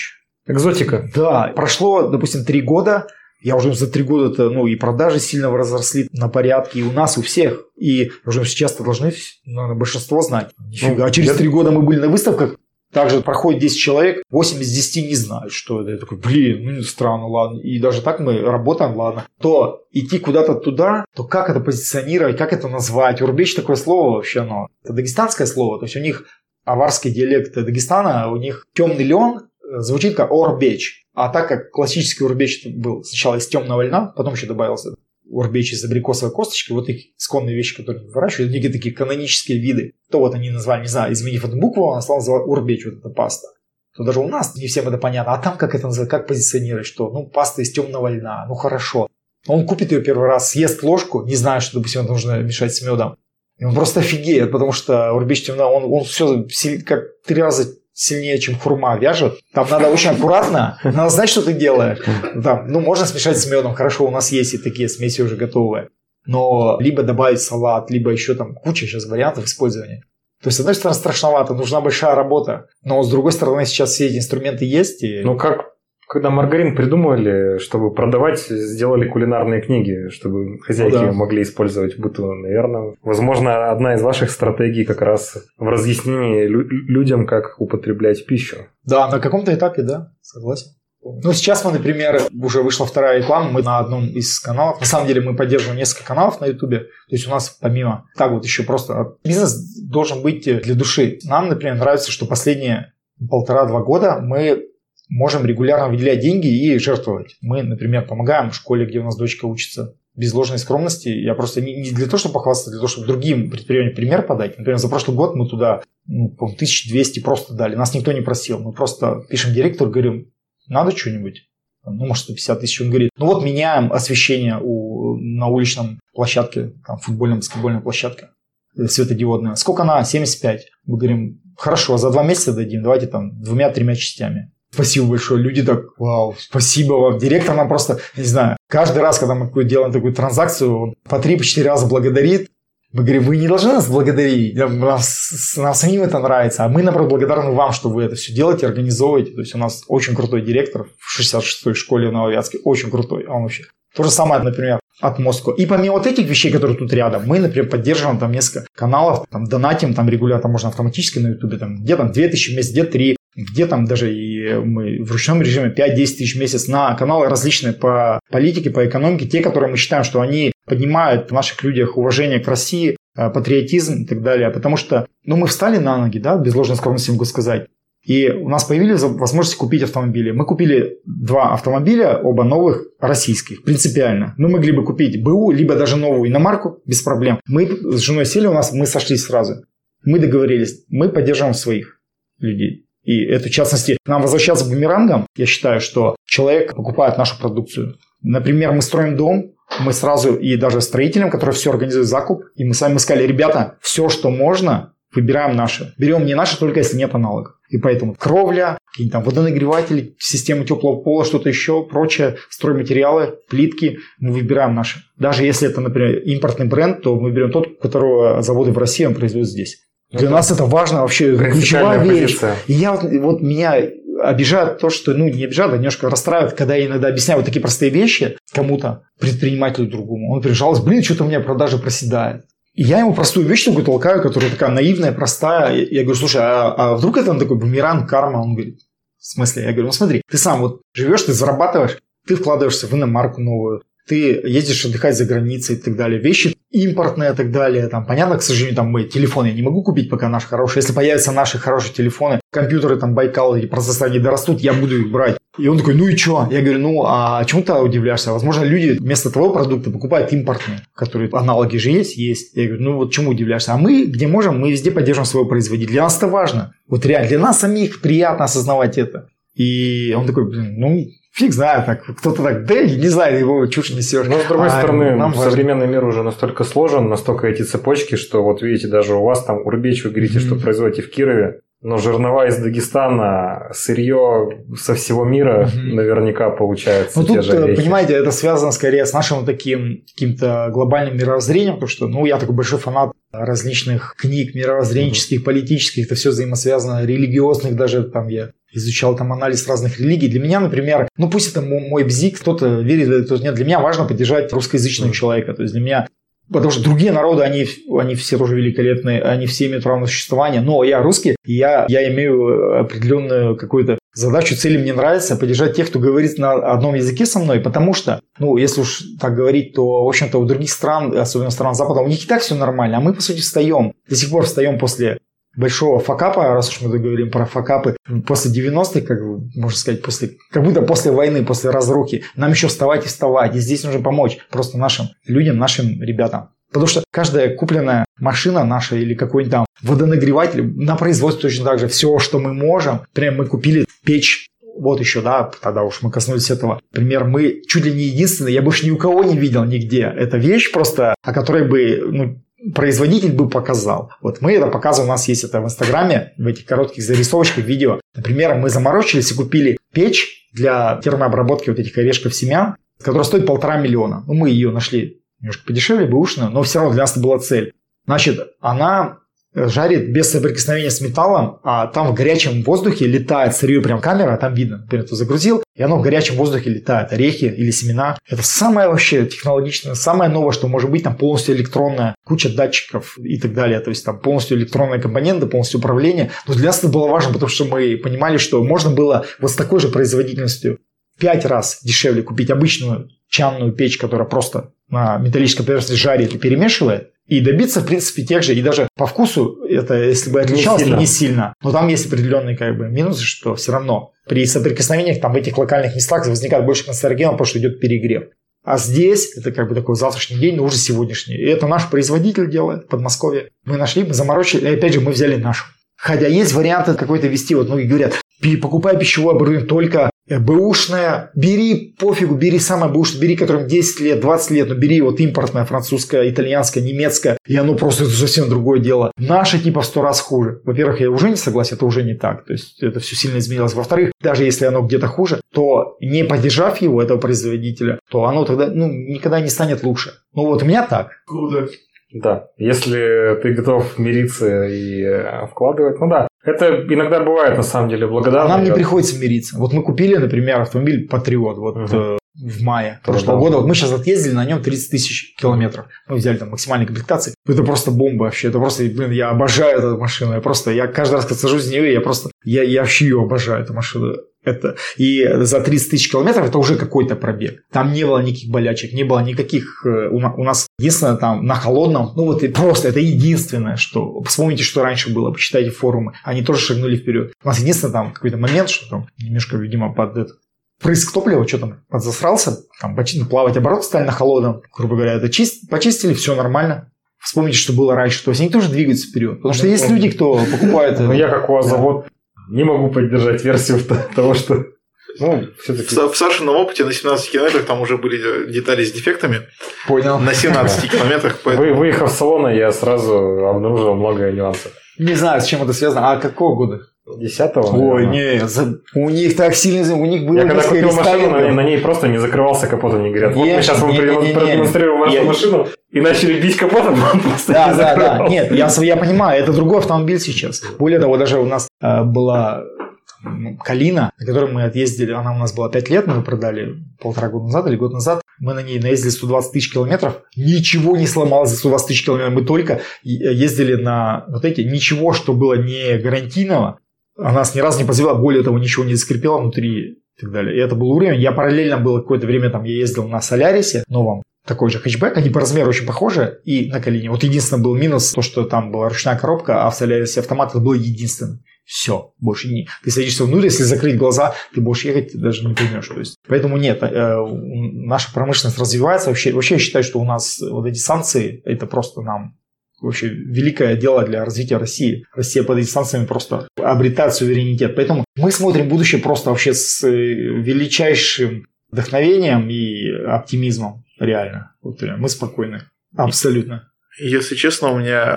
Экзотика. Да, прошло, допустим, 3 года, я уже за 3 года и продажи сильно возросли на порядке, и у нас, у всех. И уже сейчас-то должны, наверное, большинство знать. Нифига. А через 3 года мы были на выставках, также проходит 10 человек, 8 из 10 не знают, что это. Я такой, странно, ладно. И даже так мы работаем, ладно. То идти куда-то туда, то как это позиционировать, как это назвать? Урбеч такое слово вообще, это дагестанское слово. То есть у них аварский диалект Дагестана, у них темный лен звучит как Орбеч. А так как классический урбеч был сначала из темного льна, потом еще добавился урбеч из абрикосовой косточки, вот их исконные вещи, которые выращивают, некие такие канонические виды. То вот они назвали, не знаю, изменив эту букву, она стала называть урбеч, вот эта паста. То даже у нас не всем это понятно. А там как это называть, как позиционировать, что, паста из темного льна, хорошо. Он купит ее первый раз, съест ложку, не зная, что, допустим, это нужно мешать с медом. И он просто офигеет, потому что урбеч темного, он все как 3 раза сильнее, чем хурма вяжет. Там надо очень аккуратно, надо знать, что ты делаешь. Там, можно смешать с медом, хорошо, у нас есть и такие смеси уже готовые. Но либо добавить салат, либо еще там куча сейчас вариантов использования. То есть, с одной стороны, страшновато, нужна большая работа. Но с другой стороны, сейчас все эти инструменты есть. И... Когда маргарин придумывали, чтобы продавать, сделали кулинарные книги, чтобы хозяйки могли использовать в быту, наверное. Возможно, одна из ваших стратегий как раз в разъяснении людям, как употреблять пищу. Да, на каком-то этапе, да, согласен. Сейчас мы, например, уже вышла 2-я реклама, мы на одном из каналов. На самом деле мы поддерживаем несколько каналов на Ютубе. То есть у нас помимо, так вот еще просто бизнес должен быть для души. Нам, например, нравится, что последние 1,5-2 года мы можем регулярно выделять деньги и жертвовать. Мы, например, помогаем в школе, где у нас дочка учится. Без ложной скромности. Я просто не для того, чтобы похвастаться, а для того, чтобы другим предпринимателям пример подать. Например, за прошлый год мы туда 1200 просто дали. Нас никто не просил. Мы просто пишем директору, говорим, надо что-нибудь? Может, 150 тысяч. Он говорит, меняем освещение на уличном площадке, там, футбольной, баскетбольной площадке, светодиодная. Сколько она? 75. Мы говорим, хорошо, за 2 месяца дадим, давайте там 2-3 частями. Спасибо большое. Люди так, вау, спасибо вам. Директор нам просто, не знаю, каждый раз, когда мы делаем такую транзакцию, он по 3-4 раза благодарит. Мы говорим, вы не должны нас благодарить, нам самим это нравится, а мы, наоборот, благодарны вам, что вы это все делаете, организовываете. То есть у нас очень крутой директор в 66-й школе в Нововятске, очень крутой, он вообще. То же самое, например, от Москвы. И помимо вот этих вещей, которые тут рядом, мы, например, поддерживаем там несколько каналов, там донатим там регулярно, можно автоматически на Ютубе, где 2000 в месяц, где 3, где там даже и мы в ручном режиме 5-10 тысяч в месяц на каналы различные по политике, по экономике, те, которые мы считаем, что они поднимают в наших людях уважение к России, патриотизм и так далее. Потому что мы встали на ноги, да, без ложной скромности могу сказать. И у нас появились возможности купить автомобили. Мы купили 2 автомобиля, оба новых, российских, принципиально. Мы могли бы купить БУ, либо даже новую иномарку, без проблем. Мы с женой сели, мы сошлись сразу. Мы договорились, мы поддерживаем своих людей. И это, в частности, нам возвращаться бумерангом, я считаю, что человек покупает нашу продукцию. Например, мы строим дом, мы сразу, и даже строителям, которые все организуют закуп, и мы сказали, ребята, все, что можно, выбираем наше. Берем не наше, только если нет аналогов. И поэтому кровля, какие-нибудь там водонагреватели, системы теплого пола, что-то еще, прочее, стройматериалы, плитки, мы выбираем наши. Даже если это, например, импортный бренд, то мы берем тот, у которого заводы в России, он производит здесь. Для нас это важно, вообще ключевая вещь. И я вот меня обижает то, что, не обижает, а немножко расстраивает, когда я иногда объясняю вот такие простые вещи кому-то, предпринимателю другому. Он прижался, что-то у меня продажи проседают. И я ему простую вещь такую толкаю, которая такая наивная, простая. Я говорю, слушай, а вдруг это такой бумеранг, карма? Он говорит, в смысле? Я говорю, смотри, ты сам вот живешь, ты зарабатываешь, ты вкладываешься в иномарку новую, ты ездишь отдыхать за границей и так далее. Вещи импортные и так далее. Там, понятно, к сожалению, там мы телефоны я не могу купить, пока наши хорошие. Если появятся наши хорошие телефоны, компьютеры там Байкал или процессоры не дорастут, я буду их брать. И он такой, и что? Я говорю, а чему ты удивляешься? Возможно, люди вместо твоего продукта покупают импортные, которые аналоги же есть. Я говорю, чему удивляешься? А мы, где можем, мы везде поддерживаем своего производителя. Для нас это важно. Вот реально, для нас самих приятно осознавать это. И он такой, фиг знает, так, кто-то так, не знаю, его чушь несешь. Но с другой стороны, современный мир уже настолько сложен, настолько эти цепочки, что вот видите, даже у вас там Урбеч, вы говорите, что производите в Кирове, но жернова из Дагестана, сырье со всего мира наверняка получается те же вещи. Понимаете, это связано скорее с нашим таким каким-то глобальным мировоззрением, потому что, я такой большой фанат различных книг мировоззренческих, политических, это все взаимосвязано, религиозных даже там я изучал там анализ разных религий. Для меня, например, ну пусть это мой бзик, кто-то верит в это, кто-то нет. Для меня важно поддержать русскоязычного человека. То есть для меня... Потому что другие народы, они все тоже великолепные, они все имеют право на существование. Но я русский, и я имею определенную какую-то задачу, цель. Мне нравится поддержать тех, кто говорит на одном языке со мной, потому что, ну, если уж так говорить, то, в общем-то, у других стран, особенно стран Запада, у них и так все нормально, а мы, по сути, встаем. До сих пор встаем после большого факапа, раз уж мы говорим про факапы, после 90-х, как можно сказать, как будто после войны, после разрухи, нам еще вставать и вставать. И здесь нужно помочь просто нашим людям, нашим ребятам. Потому что каждая купленная машина наша или какой-нибудь там водонагреватель на производстве точно так же. Все, что мы можем. Например, мы купили печь. Вот еще, да, тогда уж мы коснулись этого. Например, мы чуть ли не единственные, я больше ни у кого не видел нигде. Это вещь просто, о которой бы, производитель бы показал. Вот мы это показываем, у нас есть это в Инстаграме, в этих коротких зарисовочках, видео. Например, мы заморочились и купили печь для термообработки вот этих орешков семян, которая стоит 1,5 миллиона. Мы ее нашли немножко подешевле, бэушную, но все равно для нас это была цель. Значит, она жарит без соприкосновения с металлом, а там в горячем воздухе летает сырье, прям камера, там видно, например, ты загрузил, и оно в горячем воздухе летает, орехи или семена. Это самое вообще технологичное, самое новое, что может быть, там полностью электронная, куча датчиков и так далее, то есть там полностью электронные компоненты, полностью управление. Но для нас это было важно, потому что мы понимали, что можно было вот с такой же производительностью 5 раз дешевле купить обычную чанную печь, которая просто на металлической поверхности жарит и перемешивает, и добиться, в принципе, тех же, и даже по вкусу это, если бы отличалось, то не сильно. Но там есть определенные минусы, что все равно при соприкосновениях там в этих локальных местах возникает больше канцерогенов, потому что идет перегрев. А здесь это такой завтрашний день, но уже сегодняшний. И это наш производитель делает в Подмосковье. Мы нашли, мы заморочили, и опять же мы взяли нашу. Хотя есть варианты какой-то вести, вот многие говорят, покупай пищевое оборудование только бэушное, бери, пофигу, бери самое бэушное, бери, которым 10 лет, 20 лет, но бери вот импортное, французское, итальянское, немецкое, и оно просто совсем другое дело. Наше типа в 100 раз хуже. Во-первых, я уже не согласен, это уже не так, то есть это все сильно изменилось. Во-вторых, даже если оно где-то хуже, то не поддержав его, этого производителя, то оно тогда никогда не станет лучше. Ну вот у меня так. Круто. Да, если ты готов мириться и вкладывать, да. Это иногда бывает, на самом деле, благодарно. А нам не приходится мириться. Вот мы купили, например, автомобиль Патриот в мае прошлого года. Вот мы сейчас отъездили на нем 30 тысяч километров. Мы взяли там максимальной комплектации. Это просто бомба вообще. Это просто, я обожаю эту машину. Я каждый раз, когда сажусь в нее, я вообще ее обожаю, эту машину. И за 30 тысяч километров это уже какой-то пробег. Там не было никаких болячек, не было никаких... У нас единственное там на холодном, просто это единственное, что... Вспомните, что раньше было, почитайте форумы. Они тоже шагнули вперед. У нас единственное там какой-то момент, что там немножко, видимо, впрыск топлива, что там, подзасрался, там плавать обороты стали на холодном, грубо говоря, это почистили, все нормально. Вспомните, что было раньше. То есть они тоже двигаются вперед. Потому что есть люди, кто покупает... Я как у вас завод не могу поддержать версию того, что... все-таки... В Сашином опыте на 17 километрах там уже были детали с дефектами. Понял. На 17 километрах. Выехав с салона, я сразу обнаружил много нюансов. Не знаю, с чем это связано. А какого года? 10-го. Ой, не, у них так сильно, у них было... Я когда купил машину, на ней просто не закрывался капот, они говорят, вот мы сейчас вам продемонстрируем вашу машину, и начали бить капотом, он просто не закрывался. Да, нет, я понимаю, это другой автомобиль сейчас. Более того, даже у нас была Калина, на которой мы отъездили, она у нас была 5 лет, мы ее продали 1,5 года назад или год назад, мы на ней наездили 120 тысяч километров, ничего не сломалось за 120 тысяч километров, мы только ездили на ничего, что было не гарантийного, она нас ни разу не подвела, более того, ничего не закрепила внутри и так далее. И это был уровень. Я параллельно было какое-то время, я ездил на Солярисе новом, такой же хэтчбэк, они по размеру очень похожи, и на Калине. Вот единственное был минус, то, что там была ручная коробка, а в Солярисе автомат, это было единственным. Все, больше не. Ты садишься внутрь, если закрыть глаза, ты будешь ехать, ты даже не поймешь. То есть, поэтому нет, наша промышленность развивается. Вообще я считаю, что у нас вот эти санкции, это просто нам вообще великое дело для развития России. Россия под этими санкциями просто обретает суверенитет. Поэтому мы смотрим будущее просто вообще с величайшим вдохновением и оптимизмом. Реально. Мы спокойны. Абсолютно. Если честно, у меня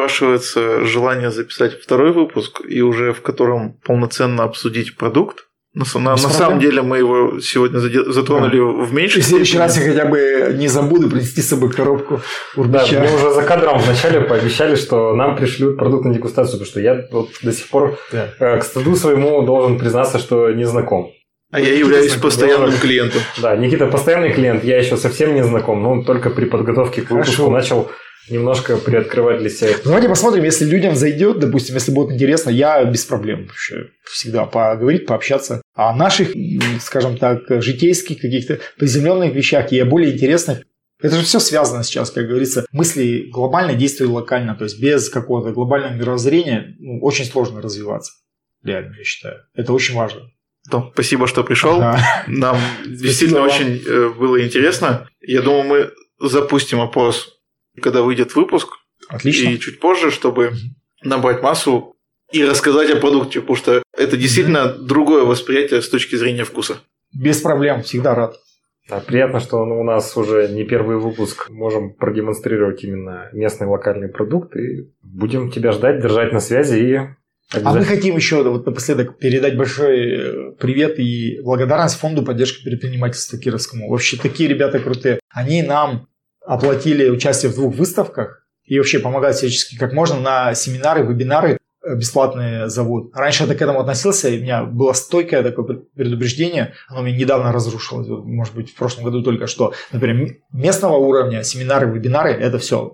напрашивается желание записать второй выпуск, и уже в котором полноценно обсудить продукт, На самом деле мы его сегодня затронули в меньшей степени. В следующий раз я хотя бы не забуду принести с собой коробку урбича. Да, мы уже за кадром вначале пообещали, что нам пришлют продукт на дегустацию, потому что я вот до сих пор к стыду своему должен признаться, что не знаком. А я являюсь постоянным клиентом. Да, Никита постоянный клиент, я еще совсем не знаком, но он только при подготовке к выпуску начал немножко приоткрывать для себя. Давайте посмотрим, если людям зайдет, допустим, если будет интересно, я без проблем вообще всегда поговорить, пообщаться. А о наших, скажем так, житейских каких-то приземленных вещах и о более интересных. Это же все связано сейчас, как говорится, мысли глобально, действия локально. То есть без какого-то глобального мировоззрения очень сложно развиваться. Реально, я считаю. Это очень важно. Том, спасибо, что пришел. Нам действительно очень было интересно. Я думаю, мы запустим опрос, когда выйдет выпуск. Отлично. И чуть позже, чтобы набрать массу и рассказать о продукте, потому что это действительно другое восприятие с точки зрения вкуса. Без проблем, всегда рад. Да, приятно, что у нас уже не первый выпуск. Можем продемонстрировать именно местный локальный продукт. И будем тебя ждать, держать на связи. И а мы хотим еще вот напоследок передать большой привет и благодарность Фонду поддержки предпринимательства Кировскому. Вообще такие ребята крутые. Они нам оплатили участие в 2 выставках и вообще помогают всячески как можно на семинары, вебинары бесплатные зовут. Раньше я к этому относился, и у меня было стойкое такое предупреждение, оно меня недавно разрушилось, может быть, в прошлом году только что. Например, местного уровня семинары, вебинары – это все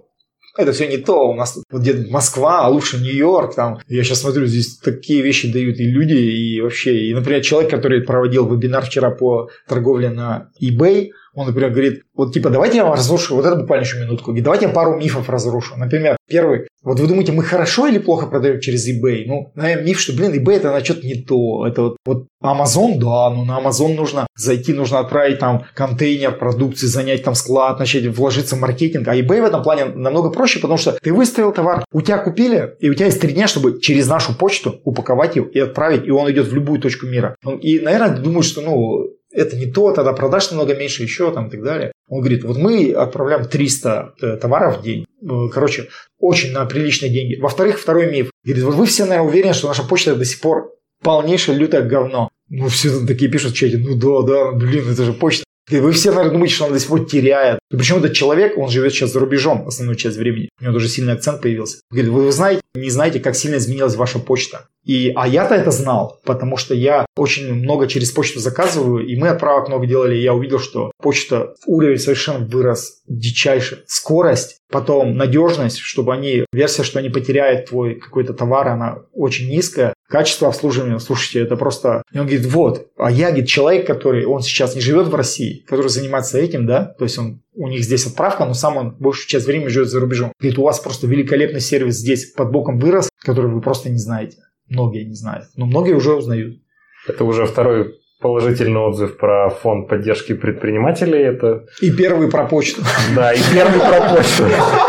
не то. У нас вот где-то Москва, а лучше Нью-Йорк. Там. Я сейчас смотрю, здесь такие вещи дают и люди, и вообще. И, например, человек, который проводил вебинар вчера по торговле на eBay, он, например, говорит, вот типа, давайте я вам разрушу, вот это буквально еще минутку, и давайте я пару мифов разрушу. Например, первый, вот вы думаете, мы хорошо или плохо продаем через eBay? Ну, наверное, миф, что, eBay это что-то не то. Это вот Amazon, да, но на Amazon нужно зайти, нужно отправить там контейнер продукции, занять там склад, начать вложиться в маркетинг. А eBay в этом плане намного проще, потому что ты выставил товар, у тебя купили, и у тебя есть 3 дня, чтобы через нашу почту упаковать его и отправить, и он идет в любую точку мира. И, наверное, думают, что, это не то, тогда продаж намного меньше еще там и так далее. Он говорит, вот мы отправляем 300 товаров в день. Короче, очень на приличные деньги. Во-вторых, второй миф. Говорит, вот вы все, наверное, уверены, что наша почта до сих пор полнейшее лютое говно. Все там такие пишут в чате, это же почта. Вы все, наверное, думаете, что она до сих пор теряет. И причем этот человек, он живет сейчас за рубежом основную часть времени. У него даже сильный акцент появился. Говорит, вы не знаете, как сильно изменилась ваша почта. А я-то это знал, потому что я очень много через почту заказываю, и мы отправок много делали, и я увидел, что почта уровень совершенно вырос, дичайше. Скорость, потом надежность, версия, что они потеряют твой какой-то товар, она очень низкая. Качество обслуживания, слушайте, это просто... И он говорит, а я, человек, он сейчас не живет в России, который занимается этим, да, то есть у них здесь отправка, но сам он большую часть времени живет за рубежом. Говорит, у вас просто великолепный сервис здесь под боком вырос, который вы просто не знаете. Многие не знают, но многие уже узнают. Это уже второй положительный отзыв про фонд поддержки предпринимателей. И первый про почту. Да, и первый про почту.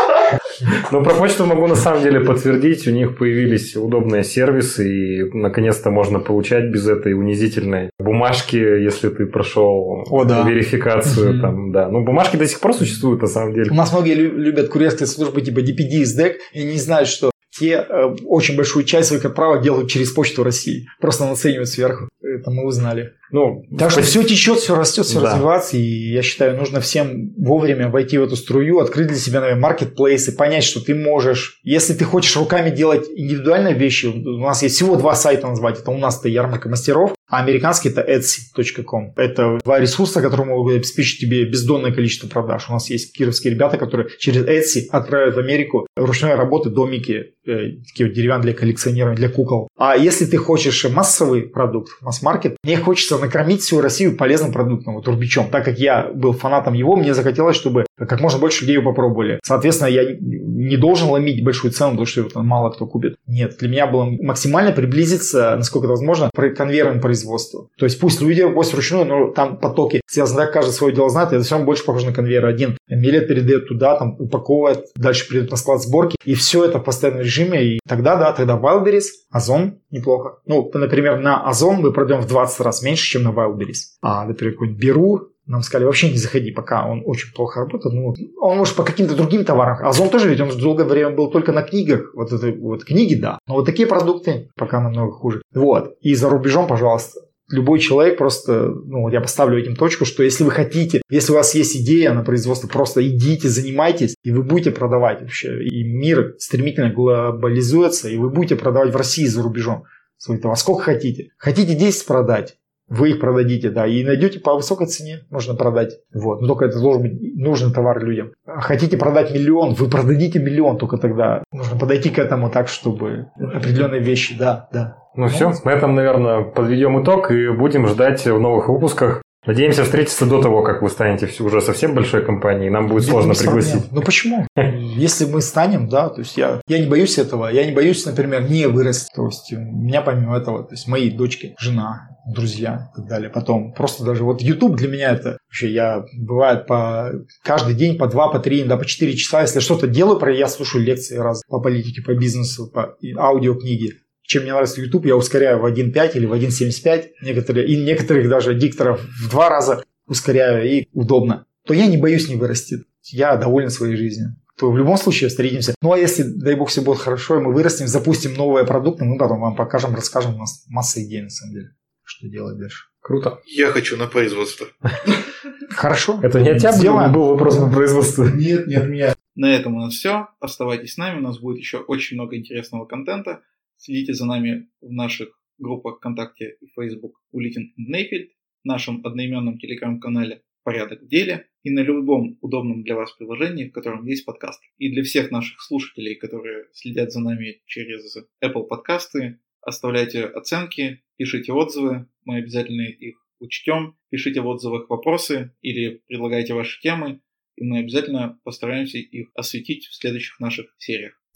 Но про почту могу на самом деле подтвердить. У них появились удобные сервисы, и наконец-то можно получать без этой унизительной бумажки, если ты прошел верификацию. Там, да. Бумажки до сих пор существуют на самом деле. У нас многие любят курьерские службы типа DPD и SDEC, и не знают, что те очень большую часть своих отправок делают через почту России. Просто наценивают сверху. Это мы узнали. Так что все течет, все растет, все развивается. И я считаю, нужно всем вовремя войти в эту струю, открыть для себя, наверное, маркетплейсы, понять, что ты можешь. Если ты хочешь руками делать индивидуальные вещи, у нас есть всего 2 сайта назвать. Это у нас это ярмарка мастеров, а американский это etsy.com. Это 2 ресурса, которые могут обеспечить тебе бездонное количество продаж. У нас есть кировские ребята, которые через Etsy отправляют в Америку ручной работы домики, такие вот деревянные для коллекционирования, для кукол. А если ты хочешь массовый продукт, масс-маркет, мне хочется накормить всю Россию полезным продуктом, вот урбичом. Так как я был фанатом его, мне захотелось, чтобы как можно больше людей его попробовали. Соответственно, я не должен ломить большую цену, потому что его мало кто купит. Нет, для меня было максимально приблизиться, насколько это возможно, к конвейерному производству. То есть пусть люди возят вручную, но там потоки связаны, так каждый свое дело знает, это все равно больше похоже на конвейер. Один мелет передает туда, там упаковывает, дальше придет на склад сборки, и все это в постоянном режиме. И тогда Wildberries, Озон неплохо. Например, на Озон мы продаем в 20 раз меньше, чем на Wildberries. А, например, какой-нибудь Беру, нам сказали, вообще не заходи, пока он очень плохо работает. Он может по каким-то другим товарам. Озон тоже, ведь он долгое время был только на книгах. Вот книги, да. Но вот такие продукты пока намного хуже. И за рубежом, пожалуйста, любой человек просто, я поставлю этим точку, что если вы хотите, если у вас есть идея на производство, просто идите, занимайтесь, и вы будете продавать вообще. И мир стремительно глобализуется, и вы будете продавать в России и за рубежом свои товары. Сколько хотите. Хотите 10 продать, вы их продадите, да, и найдете по высокой цене, можно продать. Вот. Но только это должен быть нужный товар людям. Хотите продать 1 000 000, вы продадите 1 000 000, только тогда нужно подойти к этому так, чтобы определенные вещи, да. Все, на этом, наверное, подведем итог и будем ждать в новых выпусках. Надеемся встретиться до того, как вы станете уже совсем большой компанией, нам будет сложно пригласить. Почему? Если мы станем, да, то есть я не боюсь этого, я не боюсь, например, не вырасти. То есть у меня помимо этого, то есть мои дочки, жена, друзья и так далее. Потом просто даже вот YouTube для меня это вообще бывает каждый день по 2, по 3, иногда по 4 часа, если что-то делаю, я слушаю лекции разные по политике, по бизнесу, по аудиокниги. Чем мне нравится YouTube, я ускоряю в 1.5 или в 1.75. Некоторых даже дикторов в 2 раза ускоряю, и удобно. То я не боюсь не вырасти. Я доволен своей жизнью. То в любом случае встретимся. Ну, а если, дай бог, все будет хорошо, и мы вырастем, запустим новые продукты, мы потом вам покажем, расскажем. У нас масса идей, на самом деле, что делать дальше. Круто. Я хочу на производство. Хорошо. Это не от тебя был вопрос по производству? Нет, меня. На этом у нас все. Оставайтесь с нами, у нас будет еще очень много интересного контента. Следите за нами в наших группах ВКонтакте и Facebook Улитин и Нейфельд, в нашем одноименном телеграм-канале «Порядок в деле» и на любом удобном для вас приложении, в котором есть подкаст. И для всех наших слушателей, которые следят за нами через Apple подкасты, оставляйте оценки, пишите отзывы, мы обязательно их учтем. Пишите в отзывах вопросы или предлагайте ваши темы, и мы обязательно постараемся их осветить в следующих наших сериях.